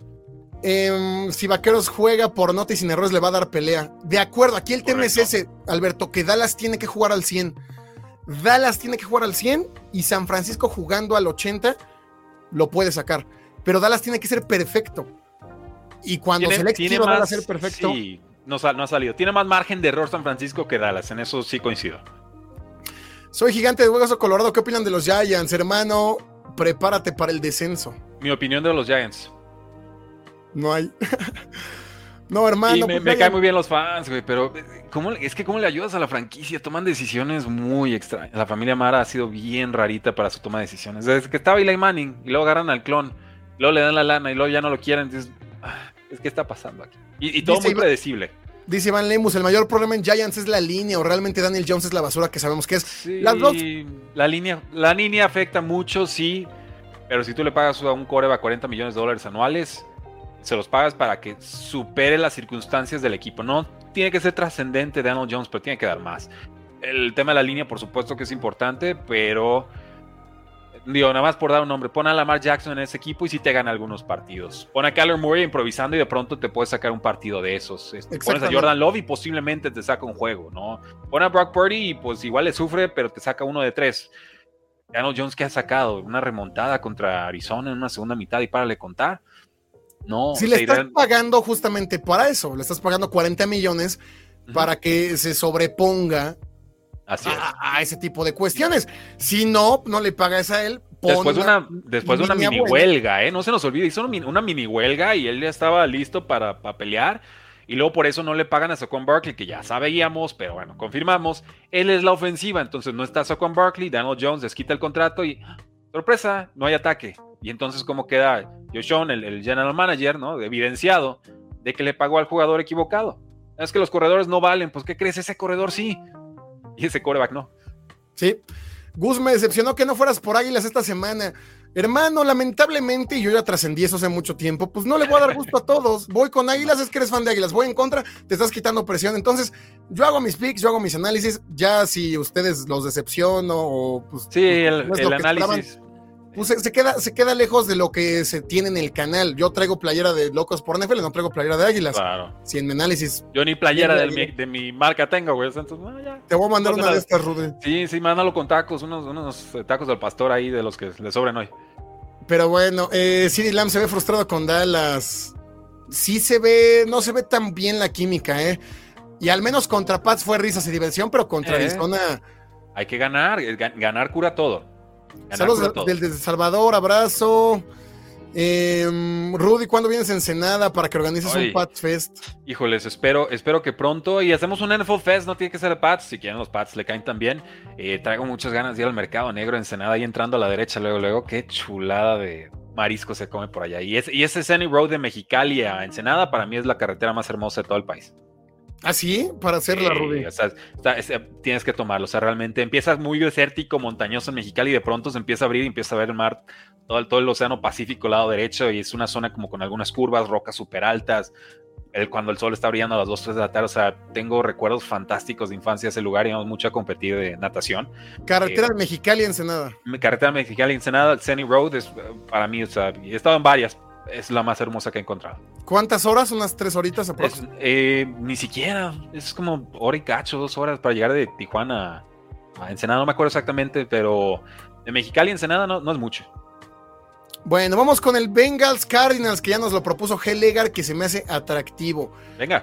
Si Vaqueros juega por nota y sin errores le va a dar pelea. De acuerdo, aquí el tema es ese, Alberto, que Dallas tiene que jugar al 100. Dallas tiene que jugar al 100 y San Francisco jugando al 80 lo puede sacar. Pero Dallas tiene que ser perfecto. Y cuando selectivo va a ser perfecto... Sí. No ha salido. Tiene más margen de error San Francisco que Dallas. En eso sí coincido. Soy Gigante de Hueso Colorado. ¿Qué opinan de los Giants, hermano? Prepárate para el descenso. Mi opinión de los Giants. No hay. No, hermano. Y me caen muy bien los fans, güey. Pero ¿cómo le ayudas a la franquicia? Toman decisiones muy extrañas. La familia Mara ha sido bien rarita para su toma de decisiones. Desde que estaba Eli Manning y luego agarran al clon. Luego le dan la lana y luego ya no lo quieren. Entonces, es que está pasando aquí. Y todo muy predecible. Dice Iván Lemus, el mayor problema en Giants es la línea, o realmente Daniel Jones es la basura que sabemos que es. Sí, la línea afecta mucho, sí, Pero si tú le pagas a un quarterback $40 millones anuales, se los pagas para que supere las circunstancias del equipo. No tiene que ser trascendente Daniel Jones, pero tiene que dar más. El tema de la línea, por supuesto que es importante, pero nada más por dar un nombre, pon a Lamar Jackson en ese equipo y sí te gana algunos partidos. Pon a Kyler Murray improvisando y de pronto te puedes sacar un partido de esos. Pones a Jordan Love y posiblemente te saca un juego, ¿no? Pon a Brock Purdy y pues igual le sufre, pero te saca 1 de 3. Daniel Jones, ¿qué ha sacado? Una remontada contra Arizona en una segunda mitad y párale contar. No, si le estás pagando justamente para eso, le estás pagando 40 millones para que se sobreponga a ese tipo de cuestiones. Si no le pagas a él. Después de una mini huelga, no se nos olvide, hizo una mini huelga y él ya estaba listo para pelear. Y luego por eso no le pagan a Saquon Barkley, que ya sabíamos, pero bueno, confirmamos. Él es la ofensiva, entonces no está Saquon Barkley, Daniel Jones les quita el contrato y sorpresa, no hay ataque. Y entonces, ¿cómo queda Josh Allen, el general manager, ¿no? Evidenciado de que le pagó al jugador equivocado? Es que los corredores no valen, pues ¿qué crees? Ese corredor sí, y ese quarterback no. Sí. Gus, me decepcionó que no fueras por Águilas esta semana. Hermano, lamentablemente, y yo ya trascendí eso hace mucho tiempo, pues no le voy a dar gusto a todos. Voy con Águilas, es que eres fan de Águilas. Voy en contra, te estás quitando presión. Entonces, yo hago mis picks, yo hago mis análisis. Ya si ustedes los decepciono o pues... Sí, el análisis... Pues se queda lejos de lo que se tiene en el canal. Yo traigo playera de Locos por NFL, no traigo playera de Águilas. Claro. Si en mi análisis... Yo ni playera de mi marca tengo, güey. Entonces, no, ya. Te voy a mandar una de estas, Rudy. Sí, mándalo con tacos, unos tacos del pastor ahí de los que le sobren hoy. Pero bueno, CeeDee Lamb se ve frustrado con Dallas. Sí se ve, no se ve tan bien la química, Y al menos contra Pats fue risas y diversión, pero contra Arizona... Hay que ganar, ganar cura todo. Saludos del Salvador, abrazo. Rudy, ¿cuándo vienes a Ensenada para que organices un Pats Fest? Híjoles, espero que pronto. Y hacemos un NFL Fest, no tiene que ser de Pats. Si quieren los Pats, le caen también. Traigo muchas ganas de ir al mercado negro de Ensenada, ahí entrando a la derecha, luego. Qué chulada de marisco se come por allá. Y ese Sunny Road de Mexicali a Ensenada, para mí es la carretera más hermosa de todo el país. ¿Ah, sí? Para hacerla, Rudy. O sea, tienes que tomarlo. O sea, realmente empiezas muy desértico, montañoso en Mexicali y de pronto se empieza a abrir y empieza a ver el mar, todo el océano Pacífico lado derecho, y es una zona como con algunas curvas, rocas súper altas. Cuando el sol está brillando a las 2, 3 de la tarde, o sea, tengo recuerdos fantásticos de infancia de ese lugar. Íbamos mucho a competir de natación. Carretera Mexicali Ensenada. Carretera Mexicali Ensenada, el Sunny Road es para mí, o sea, he estado en varias. Es la más hermosa que he encontrado. ¿Cuántas horas? ¿Unas 3 horitas aproximadamente? Ni siquiera. Es como hora y cacho, 2 horas para llegar de Tijuana a Ensenada. No me acuerdo exactamente, pero de Mexicali a Ensenada no es mucho. Bueno, vamos con el Bengals Cardinals, que ya nos lo propuso G-Legar, que se me hace atractivo. Venga.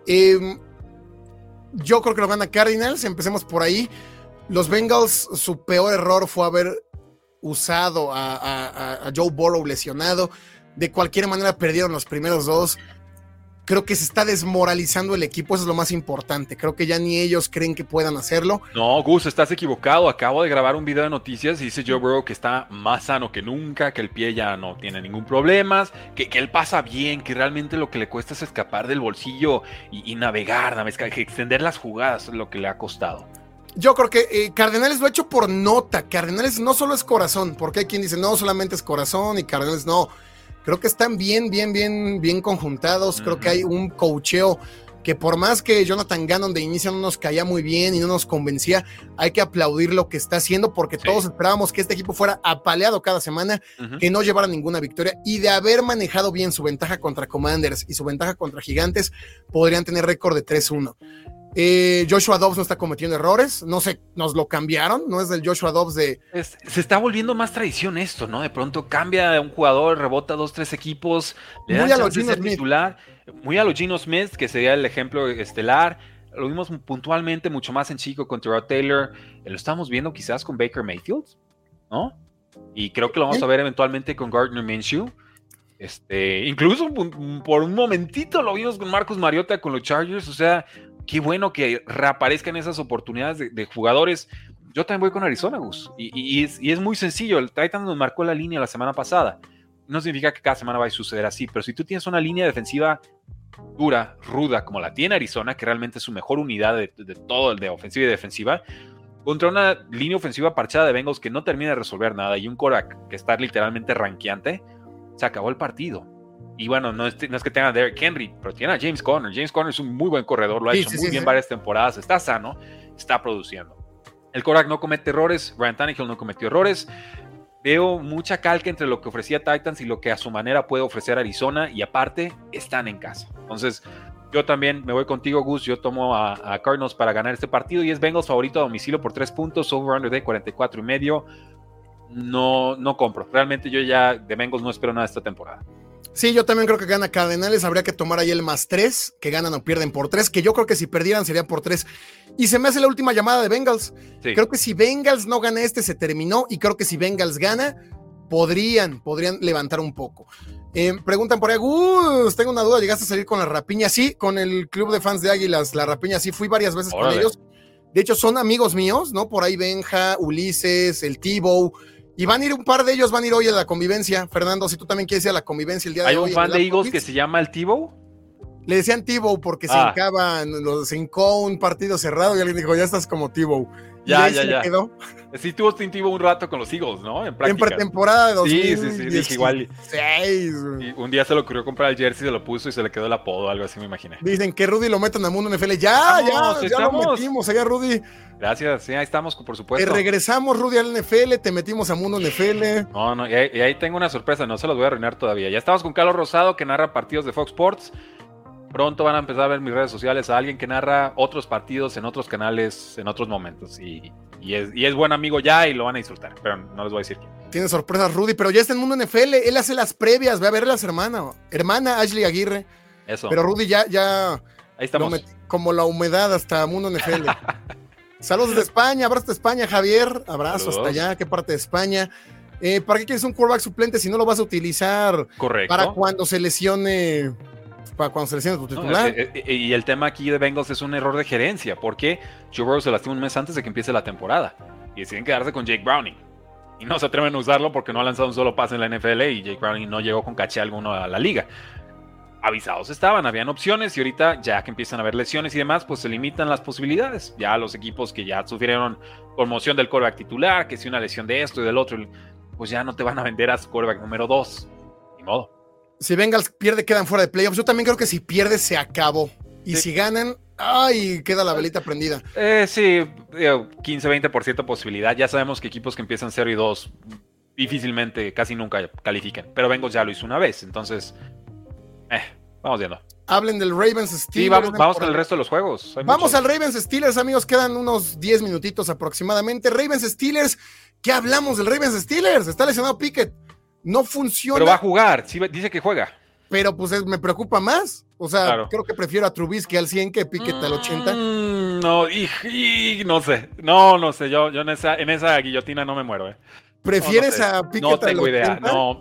Yo creo que lo gana Cardinals. Empecemos por ahí. Los Bengals, su peor error fue haber usado a Joe Burrow lesionado. De cualquier manera perdieron los primeros 2. Creo que se está desmoralizando el equipo, eso es lo más importante. Creo que ya ni ellos creen que puedan hacerlo. No, Gus, estás equivocado. Acabo de grabar un video de noticias y dice Joe Burrow que está más sano que nunca, que el pie ya no tiene ningún problema, que él pasa bien, que realmente lo que le cuesta es escapar del bolsillo y navegar, que extender las jugadas es lo que le ha costado. Yo creo que Cardenales lo ha hecho por nota. Cardenales no solo es corazón, porque hay quien dice no, solamente es corazón y Cardenales no. Creo que están bien conjuntados. Creo que hay un coacheo que por más que Jonathan Gannon de inicio no nos caía muy bien y no nos convencía, hay que aplaudir lo que está haciendo, porque todos esperábamos que este equipo fuera apaleado cada semana, que no llevara ninguna victoria, y de haber manejado bien su ventaja contra Commanders y su ventaja contra Gigantes, podrían tener récord de 3-1. Joshua Dobbs no está cometiendo errores, no sé, nos lo cambiaron, no es del Joshua Dobbs de... Se está volviendo más tradición esto, ¿no? De pronto cambia un jugador, rebota 2, 3 equipos, le dan chance de ser titular, muy a lo Geno Smith, que sería el ejemplo estelar. Lo vimos puntualmente mucho más en chico con Tyrod Taylor, lo estamos viendo quizás con Baker Mayfield, ¿no? Y creo que lo vamos a ver eventualmente con Gardner Minshew. Incluso por un momentito lo vimos con Marcus Mariota con los Chargers. O sea, qué bueno que reaparezcan esas oportunidades de jugadores. Yo también voy con Arizona, Gus, y es muy sencillo. El Titans nos marcó la línea la semana pasada. No significa que cada semana va a suceder así, pero si tú tienes una línea defensiva dura, ruda, como la tiene Arizona, que realmente es su mejor unidad de todo el de ofensiva y defensiva, contra una línea ofensiva parchada de Bengals que no termina de resolver nada y un quarterback que está literalmente ranqueante, se acabó el partido. Y bueno, no es que tenga a Derrick Henry, pero tiene a James Conner. James Conner es un muy buen corredor, lo ha hecho muy bien varias temporadas, está sano, está produciendo. El quarterback no comete errores, Ryan Tannehill no cometió errores. Veo mucha calca entre lo que ofrecía Titans y lo que a su manera puede ofrecer Arizona, y aparte están en casa. Entonces yo también me voy contigo, Gus. Yo tomo a Cardinals para ganar este partido y es Bengals favorito a domicilio por 3 puntos, over-under de 44.5. No compro. Realmente yo ya de Bengals no espero nada esta temporada. Sí, yo también creo que gana Cardenales. Habría que tomar ahí el +3, que ganan o pierden por 3, que yo creo que si perdieran sería por 3. Y se me hace la última llamada de Bengals. Sí. Creo que si Bengals no gana se terminó, y creo que si Bengals gana, podrían levantar un poco. Preguntan por ahí, Gus, tengo una duda, ¿llegaste a salir con la Rapiña? Sí, con el club de fans de Águilas, la Rapiña, sí, fui varias veces con ellos. De hecho, son amigos míos, ¿no? Por ahí Benja, Ulises, el Tibow, y van a ir un par de ellos, van a ir hoy a la convivencia. Fernando, si tú también quieres ir a la convivencia el día de hoy. ¿Hay un fan de Eagles que se llama el Tibow? Le decían Tibow porque se hincó un partido cerrado y alguien dijo, ya estás como Tibow. Ya. Quedó. Sí, tuvo Tibow un rato con los Eagles, ¿no? En pretemporada de 2016. Sí, dije igual. Y un día se le ocurrió comprar el jersey, se lo puso y se le quedó el apodo, algo así me imaginé. Dicen que Rudy lo metan a Mundo NFL. Ya lo metimos allá, Rudy. Gracias, sí, ahí estamos, por supuesto. Regresamos, Rudy, al NFL, te metimos a Mundo NFL. No, y ahí tengo una sorpresa, no se los voy a arruinar todavía. Ya estamos con Carlos Rosado, que narra partidos de Fox Sports. Pronto van a empezar a ver en mis redes sociales a alguien que narra otros partidos en otros canales, en otros momentos. Y es buen amigo ya y lo van a disfrutar, pero no les voy a decir quién. Tiene sorpresas, Rudy, pero ya está en Mundo NFL. Él hace las previas, ve a ver las hermana Ashley Aguirre. Eso. Pero Rudy ya ahí estamos. Como la humedad hasta Mundo NFL. Saludos de España, abrazo de España, Javier. Abrazo hasta allá, ¿qué parte de España? ¿Para qué quieres un quarterback suplente si no lo vas a utilizar? Correcto. Para cuando se lesione tu titular. Y el tema aquí de Bengals es un error de gerencia, porque Joe Burrow se lastima un mes antes de que empiece la temporada y deciden quedarse con Jake Browning y no se atreven a usarlo porque no ha lanzado un solo pase en la NFL y Jake Browning no llegó con caché alguno a la liga. Avisados estaban, habían opciones, y ahorita ya que empiezan a haber lesiones y demás, pues se limitan las posibilidades. Ya los equipos que ya sufrieron conmoción del quarterback titular, que si una lesión de esto y del otro, pues ya no te van a vender a su quarterback número 2, ni modo. Si Bengals pierde, quedan fuera de playoffs. Yo también creo que si pierde, se acabó. Y si ganan, queda la velita prendida. Sí, 15-20% posibilidad. Ya sabemos que equipos que empiezan 0-2 difícilmente, casi nunca califican. Pero Bengals ya lo hizo una vez, entonces vamos viendo. Hablen del Ravens Steelers. Sí, vamos con el resto de los juegos. Vamos al Ravens Steelers, amigos. Quedan unos 10 minutitos aproximadamente. Ravens Steelers. ¿Qué hablamos del Ravens Steelers? Está lesionado Pickett. No funciona. Pero va a jugar, sí, dice que juega. Pero pues me preocupa más. O sea, claro. Creo que prefiero a Trubisky al 100 que Pickett al 80. No, no sé. No sé. Yo en esa guillotina no me muero. ¿Prefieres a Pickett al 80? No tengo idea.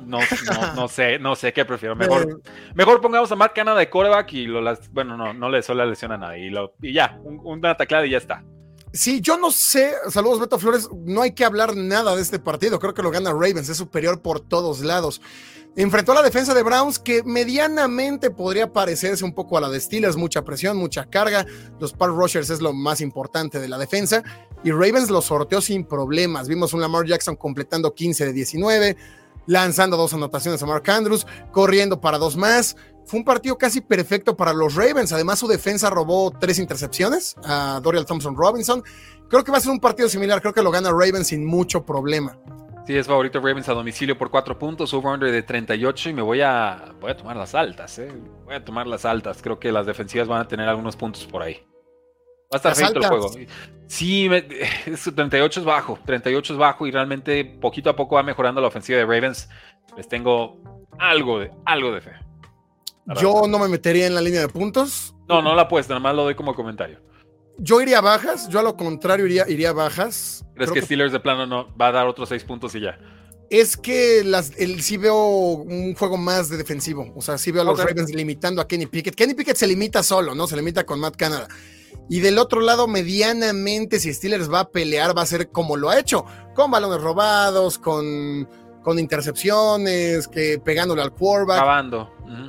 No sé qué prefiero. Mejor pongamos a Matt Canada de quarterback y no le suele lesión a nadie. Y ya, una taclada y ya está. Sí, yo no sé, saludos Beto Flores, no hay que hablar nada de este partido, creo que lo gana Ravens, es superior por todos lados. Enfrentó a la defensa de Browns, que medianamente podría parecerse un poco a la de Steelers, mucha presión, mucha carga, los pass rushers es lo más importante de la defensa, y Ravens lo sorteó sin problemas. Vimos un Lamar Jackson completando 15 de 19, lanzando 2 anotaciones a Mark Andrews, corriendo para 2 más. Fue un partido casi perfecto para los Ravens. Además, su defensa robó 3 intercepciones a Dorial Thompson-Robinson. Creo que va a ser un partido similar. Creo que lo gana Ravens sin mucho problema. Sí, es favorito Ravens a domicilio por 4 puntos, over-under de 38, y me voy a tomar las altas. Voy a tomar las altas. Creo que las defensivas van a tener algunos puntos por ahí. Va a estar feito el juego. Sí, 38 es bajo. 38 es bajo y realmente poquito a poco va mejorando la ofensiva de Ravens. Les tengo algo de fe. Yo no me metería en la línea de puntos. No la apuesto, nada más lo doy como comentario. Yo iría a bajas, yo a lo contrario iría a bajas. ¿Crees que Steelers de plano no va a dar otros 6 puntos y ya? Es que sí veo un juego más de defensivo. O sea, sí veo a los Ravens limitando a Kenny Pickett. Kenny Pickett se limita solo, ¿no? Se limita con Matt Canada. Y del otro lado, medianamente, si Steelers va a pelear, va a ser como lo ha hecho, con balones robados, con intercepciones, pegándole al quarterback. Acabando.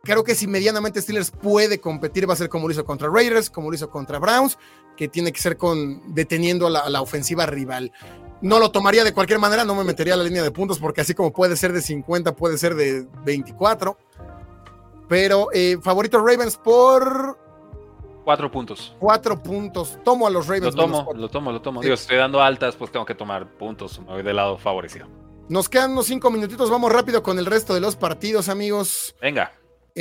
Creo que si medianamente Steelers puede competir, va a ser como lo hizo contra Raiders, como lo hizo contra Browns, que tiene que ser deteniendo a la ofensiva rival. No lo tomaría de cualquier manera, no me metería a la línea de puntos, porque así como puede ser de 50, puede ser de 24. Pero favorito Ravens por 4 puntos. 4 puntos. Tomo a los Ravens. Lo tomo. Digo, estoy dando altas, pues tengo que tomar puntos. Me voy del lado favorecido. Nos quedan unos 5 minutitos. Vamos rápido con el resto de los partidos, amigos. Venga.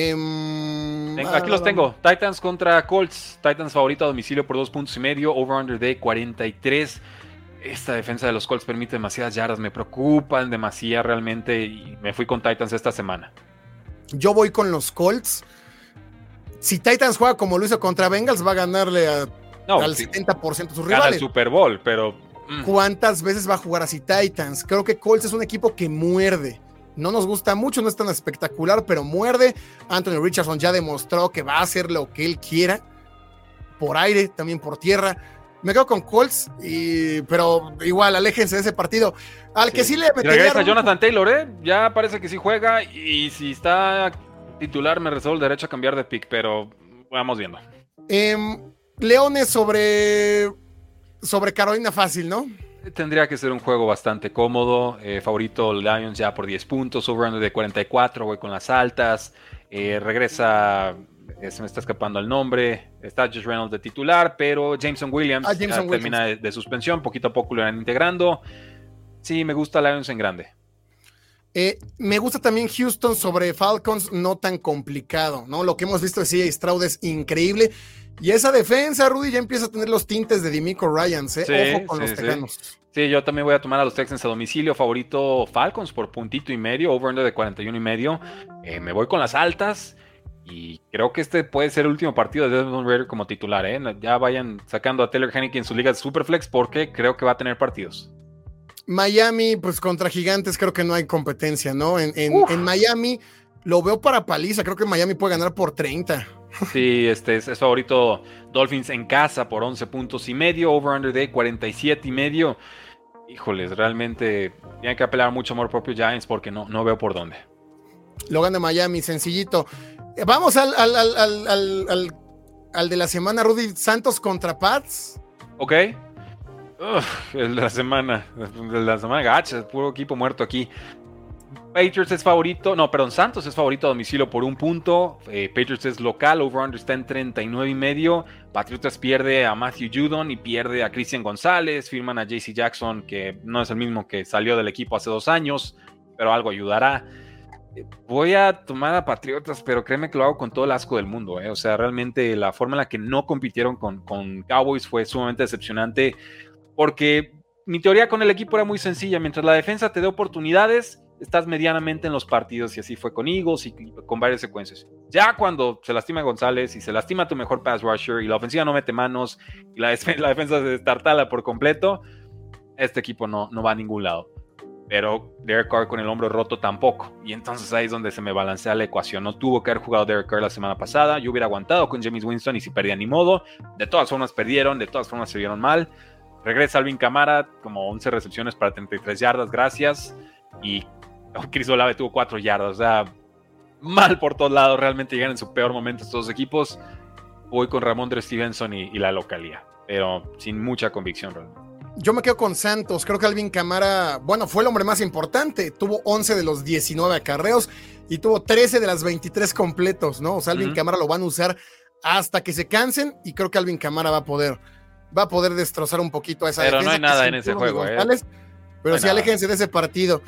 Aquí los tengo. Titans contra Colts. Titans favorito a domicilio por 2.5 puntos. Over-under de 43. Esta defensa de los Colts permite demasiadas yardas. Me preocupan demasiado realmente. Y me fui con Titans esta semana. Yo voy con los Colts. Si Titans juega como lo hizo contra Bengals, va a ganarle al 70% de sus rivales. Gana el Super Bowl, pero... ¿Cuántas veces va a jugar así Titans? Creo que Colts es un equipo que muerde. No nos gusta mucho, no es tan espectacular, pero muerde. Anthony Richardson ya demostró que va a hacer lo que él quiera. Por aire, también por tierra. Me quedo con Colts, pero igual, aléjense de ese partido. Al que sí le metería... Regresa Jonathan Taylor, ya parece que sí juega, y si está titular me reservo el derecho a cambiar de pick, pero vamos viendo. Leones sobre Carolina fácil, ¿no? Tendría que ser un juego bastante cómodo. Favorito Lions ya por 10 puntos, over de 44, voy con las altas. Regresa... se me está escapando el nombre, está Josh Reynolds de titular, pero Jameson Williams termina de suspensión, poquito a poco lo irán integrando. Sí, me gusta Lions en grande. Me gusta también Houston sobre Falcons, no tan complicado, ¿no? Lo que hemos visto de CJ Stroud es increíble, y esa defensa, Rudy, ya empieza a tener los tintes de DeMeco Ryans, ojo con los Tejanos. Sí, yo también voy a tomar a los Texans a domicilio, favorito Falcons por 1.5, over-under de 41.5. Me voy con las altas. Y creo que este puede ser el último partido de Desmond Ridder como titular, Ya vayan sacando a Taylor Heinicke en su liga de Superflex, porque creo que va a tener partidos. Miami, pues contra Gigantes creo que no hay competencia, ¿no? En Miami lo veo para paliza, creo que Miami puede ganar por 30. Sí, es favorito Dolphins en casa por 11.5 puntos, over-under de 47.5. Híjoles, realmente tienen que apelar mucho amor propio Giants, porque no veo por dónde. Lo gana Miami, sencillito. Vamos al de la semana, Rudy. Santos contra Pats. Ok. El de la semana gacha, puro equipo muerto aquí. Patriots es favorito, Santos es favorito a domicilio por 1 punto. Patriots es local, over-under está en 39.5. Patriotas pierde a Matthew Judon y pierde a Christian González. Firman a JC Jackson, que no es el mismo que salió del equipo hace 2 años, pero algo ayudará. Voy a tomar a Patriotas, pero créeme que lo hago con todo el asco del mundo, O sea, realmente la forma en la que no compitieron con Cowboys fue sumamente decepcionante, porque mi teoría con el equipo era muy sencilla. Mientras la defensa te dé oportunidades, estás medianamente en los partidos, y así fue con Eagles y con varias secuencias. Ya cuando se lastima González y se lastima tu mejor pass rusher y la ofensiva no mete manos y la defensa se destartala por completo, este equipo no va a ningún lado. Pero Derek Carr con el hombro roto tampoco. Y entonces ahí es donde se me balancea la ecuación. No tuvo que haber jugado Derek Carr la semana pasada. Yo hubiera aguantado con Jameis Winston, y si perdían, ni modo. De todas formas perdieron, de todas formas se vieron mal. Regresa Alvin Kamara, como 11 recepciones para 33 yardas, gracias. Y Chris Olave tuvo 4 yardas. O sea, mal por todos lados. Realmente llegan en su peor momento estos dos equipos. Voy con Ramondre Stevenson y la localía, pero sin mucha convicción realmente. Yo me quedo con Santos. Creo que Alvin Kamara, fue el hombre más importante. Tuvo 11 de los 19 acarreos y tuvo 13 de las 23 completos, ¿no? O sea, Alvin Kamara lo van a usar hasta que se cansen, y creo que Alvin Kamara va a poder destrozar un poquito a esa defensa. Pero no hay nada en ese juego, Pero sí, aléjense de ese partido.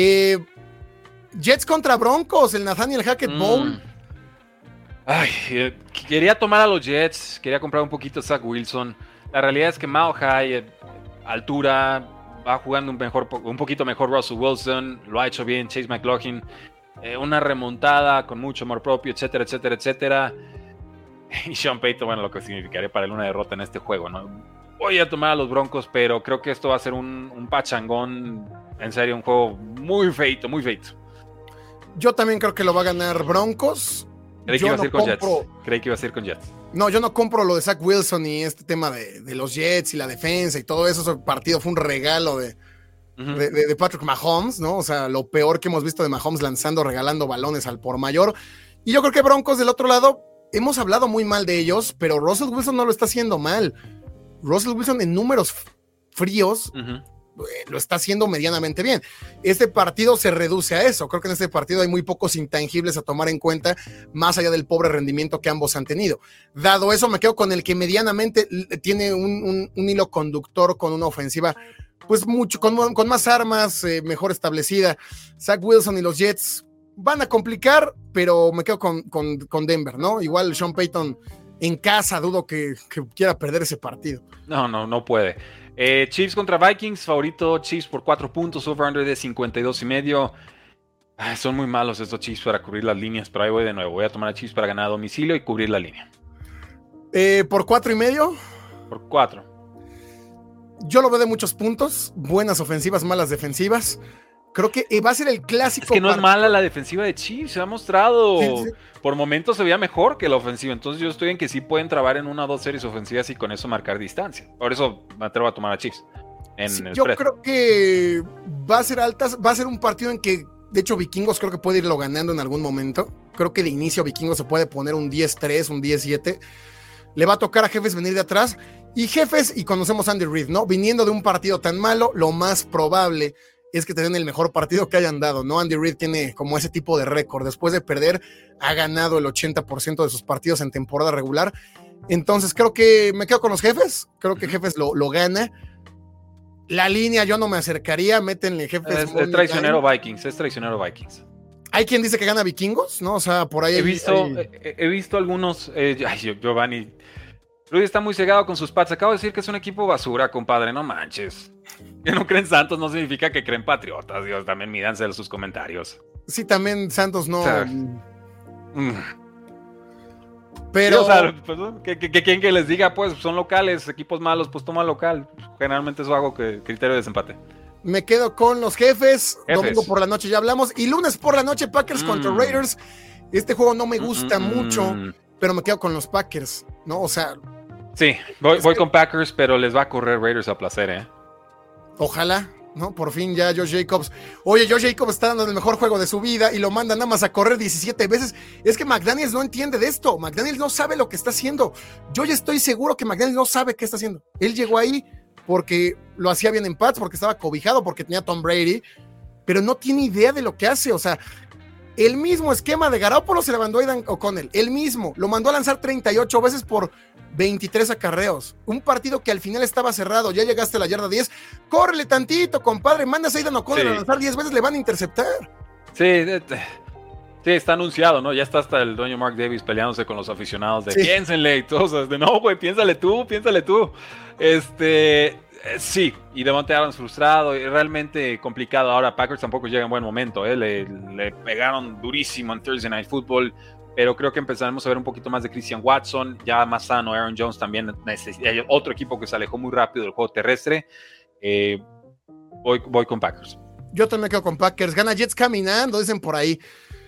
Jets contra Broncos, el Nathaniel Hackett Bowl. Ay, quería tomar a los Jets, quería comprar un poquito a Zach Wilson. La realidad es que Mile High, altura, va jugando un poquito mejor Russell Wilson, lo ha hecho bien Chase McLaughlin, una remontada con mucho amor propio, etcétera, etcétera, etcétera. Y Sean Payton, lo que significaría para él una derrota en este juego, ¿no? Voy a tomar a los Broncos, pero creo que esto va a ser un pachangón, en serio, un juego muy feito, muy feito. Yo también creo que lo va a ganar Broncos. Creí que iba a ser con Jets. No, yo no compro lo de Zach Wilson y este tema de los Jets y la defensa y todo eso. Ese partido fue un regalo de Patrick Mahomes, ¿no? O sea, lo peor que hemos visto de Mahomes regalando balones al por mayor. Y yo creo que Broncos del otro lado, hemos hablado muy mal de ellos, pero Russell Wilson no lo está haciendo mal. Russell Wilson en números fríos lo está haciendo medianamente bien. Este partido se reduce a eso. Creo que en este partido hay muy pocos intangibles a tomar en cuenta, más allá del pobre rendimiento que ambos han tenido. Dado eso, me quedo con el que medianamente tiene un hilo conductor con una ofensiva pues mucho, con más armas, mejor establecida. Zach Wilson y los Jets van a complicar, pero me quedo con Denver, ¿no? Igual Sean Payton en casa, dudo que quiera perder ese partido. No puede. Chiefs contra Vikings, favorito Chiefs por 4 puntos, over-under de 52.5. Son muy malos estos Chiefs para cubrir las líneas, pero ahí voy de nuevo. Voy a tomar a Chiefs para ganar a domicilio y cubrir la línea. ¿Por 4.5? Por 4. Yo lo veo de muchos puntos, buenas ofensivas, malas defensivas. Creo que va a ser el clásico. Es que no es mala la defensiva de Chiefs, se ha mostrado. Sí. Por momentos se veía mejor que la ofensiva. Entonces yo estoy en que sí pueden trabar en 1 o 2 series ofensivas y con eso marcar distancia. Por eso me atrevo a tomar a Chiefs. Yo creo que va a ser altas. Va a ser un partido en que, de hecho, Vikingos creo que puede irlo ganando en algún momento. Creo que de inicio Vikingos se puede poner un 10-3, un 10-7. Le va a tocar a Jefes venir de atrás. Y Jefes, y conocemos a Andy Reid, ¿no? Viniendo de un partido tan malo, lo más probable es que te den el mejor partido que hayan dado, ¿no? Andy Reid tiene como ese tipo de récord. Después de perder, ha ganado el 80% de sus partidos en temporada regular. Entonces creo que me quedo con los Jefes. Creo que Jefes lo gana. La línea yo no me acercaría. Métenle Jefes. Es traicionero Vikings. Es traicionero Vikings. Hay quien dice que gana Vikingos, ¿no? O sea, por ahí he visto algunos. Giovanni. Rudy está muy cegado con sus Pats. Acabo de decir que es un equipo basura, compadre. No manches. Que no creen Santos no significa que creen Patriotas. Dios, también mídanse sus comentarios. Sí, también Santos no. O sea, pero. Sí, o sea, pues, que les diga, pues son locales, equipos malos, pues toma local. Generalmente eso hago que criterio de desempate. Me quedo con los Jefes. Domingo por la noche ya hablamos. Y lunes por la noche, Packers contra Raiders. Este juego no me gusta mucho, pero me quedo con los Packers, ¿no? O sea. Sí, voy con Packers, pero les va a correr Raiders a placer, ¿eh? Ojalá, ¿no? Por fin ya Josh Jacobs. Oye, Josh Jacobs está dando el mejor juego de su vida y lo manda nada más a correr 17 veces. Es que McDaniels no entiende de esto. McDaniels no sabe lo que está haciendo. Yo ya estoy seguro que McDaniels no sabe qué está haciendo. Él llegó ahí porque lo hacía bien en Pats, porque estaba cobijado, porque tenía a Tom Brady, pero no tiene idea de lo que hace. O sea, el mismo esquema de Garoppolo se le mandó a Aidan O'Connell. El mismo. Lo mandó a lanzar 38 veces por 23 acarreos. Un partido que al final estaba cerrado. Ya llegaste a la yarda 10. Córrele tantito, compadre. Mandas a Aidan O'Connell a lanzar 10 veces, le van a interceptar. Sí, está anunciado, ¿no? Ya está hasta el dueño Mark Davis peleándose con los aficionados de piénsenle y todos. De no, güey, piénsale tú. Sí, y Devontae Adams frustrado, y realmente complicado. Ahora Packers tampoco llega en buen momento, le pegaron durísimo en Thursday Night Football, pero creo que empezaremos a ver un poquito más de Christian Watson, ya más sano. Aaron Jones también hay otro equipo que se alejó muy rápido del juego terrestre. Voy con Packers. Yo también quedo con Packers. Gana Jets caminando, dicen por ahí.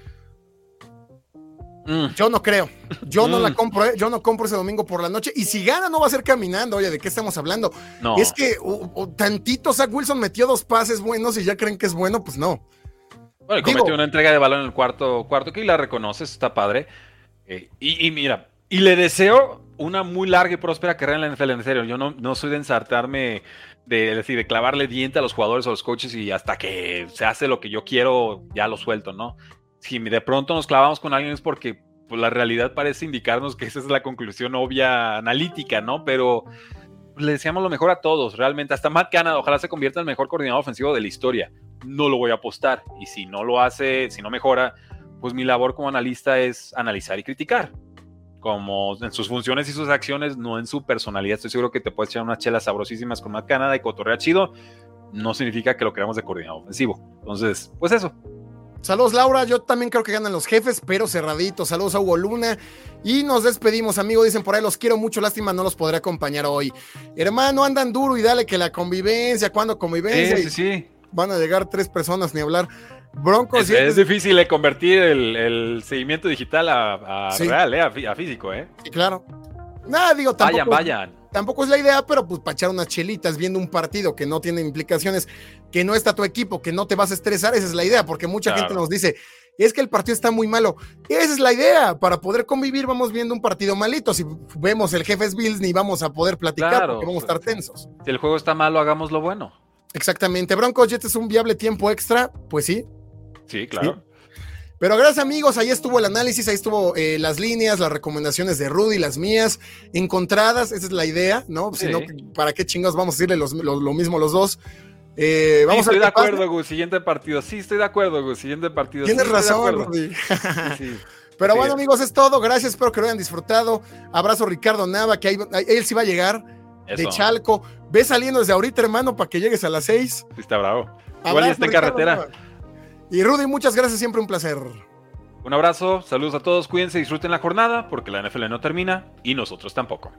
Yo no creo. Yo no la compro, ¿eh? Yo no compro ese domingo por la noche. Y si gana, no va a ser caminando. Oye, ¿de qué estamos hablando? No. Es que tantito Zach Wilson metió 2 pases buenos y ya creen que es bueno, pues no. Bueno, cometió una entrega de balón en el cuarto que la reconoces, está padre. Y mira, y le deseo una muy larga y próspera carrera en la NFL. En serio, yo no soy de ensartarme, de clavarle diente a los jugadores o a los coaches y hasta que se hace lo que yo quiero, ya lo suelto, ¿no? Si de pronto nos clavamos con alguien es porque pues, la realidad parece indicarnos que esa es la conclusión obvia analítica, ¿no? Pero le deseamos lo mejor a todos, realmente. Hasta Matt Canada, ojalá se convierta en el mejor coordinador ofensivo de la historia. No lo voy a apostar. Y si no lo hace, si no mejora, pues mi labor como analista es analizar y criticar. Como en sus funciones y sus acciones, no en su personalidad. Estoy seguro que te puedes echar unas chelas sabrosísimas con Matt Canada y cotorrear chido. No significa que lo queramos de coordinador ofensivo. Entonces, pues eso. Saludos, Laura. Yo también creo que ganan los Jefes, pero cerradito. Saludos a Hugo Luna. Y nos despedimos, amigo. Dicen por ahí, los quiero mucho. Lástima, no los podré acompañar hoy. Hermano, andan duro y dale que la convivencia. ¿Cuándo convivencia? Sí. Van a llegar 3 personas ni hablar. Broncos. Es difícil convertir el seguimiento digital a real, a físico, Sí, claro. Nada, digo, tampoco. Vayan. Tampoco es la idea, pero pues para echar unas chelitas viendo un partido que no tiene implicaciones, que no está tu equipo, que no te vas a estresar, esa es la idea, porque mucha gente nos dice, es que el partido está muy malo. Esa es la idea, para poder convivir vamos viendo un partido malito. Si vemos el Jefes Bills ni vamos a poder platicar porque vamos a estar tensos. Si el juego está malo, hagamos lo bueno. Exactamente. Broncos Jets es un viable tiempo extra, pues sí. Sí, claro. Sí. Pero gracias, amigos, ahí estuvo el análisis, ahí estuvo las líneas, las recomendaciones de Rudy, las mías, encontradas, esa es la idea, ¿no? Sí. Si no, ¿para qué chingados vamos a decirle lo mismo los dos? Vamos estoy de acuerdo, Gus, siguiente partido. Sí, estoy de acuerdo, Gus, siguiente partido. Tienes sí, razón, Rudy. Sí. Pero bueno, amigos, es todo. Gracias, espero que lo hayan disfrado. Abrazo a Ricardo Nava, que él sí va a llegar. Eso. De Chalco. Ve saliendo desde ahorita, hermano, para que llegues a las 6. Sí, está bravo. Igual ya está en carretera. Nava. Y Rudy, muchas gracias, siempre un placer. Un abrazo, saludos a todos, cuídense, disfruten la jornada, porque la NFL no termina y nosotros tampoco.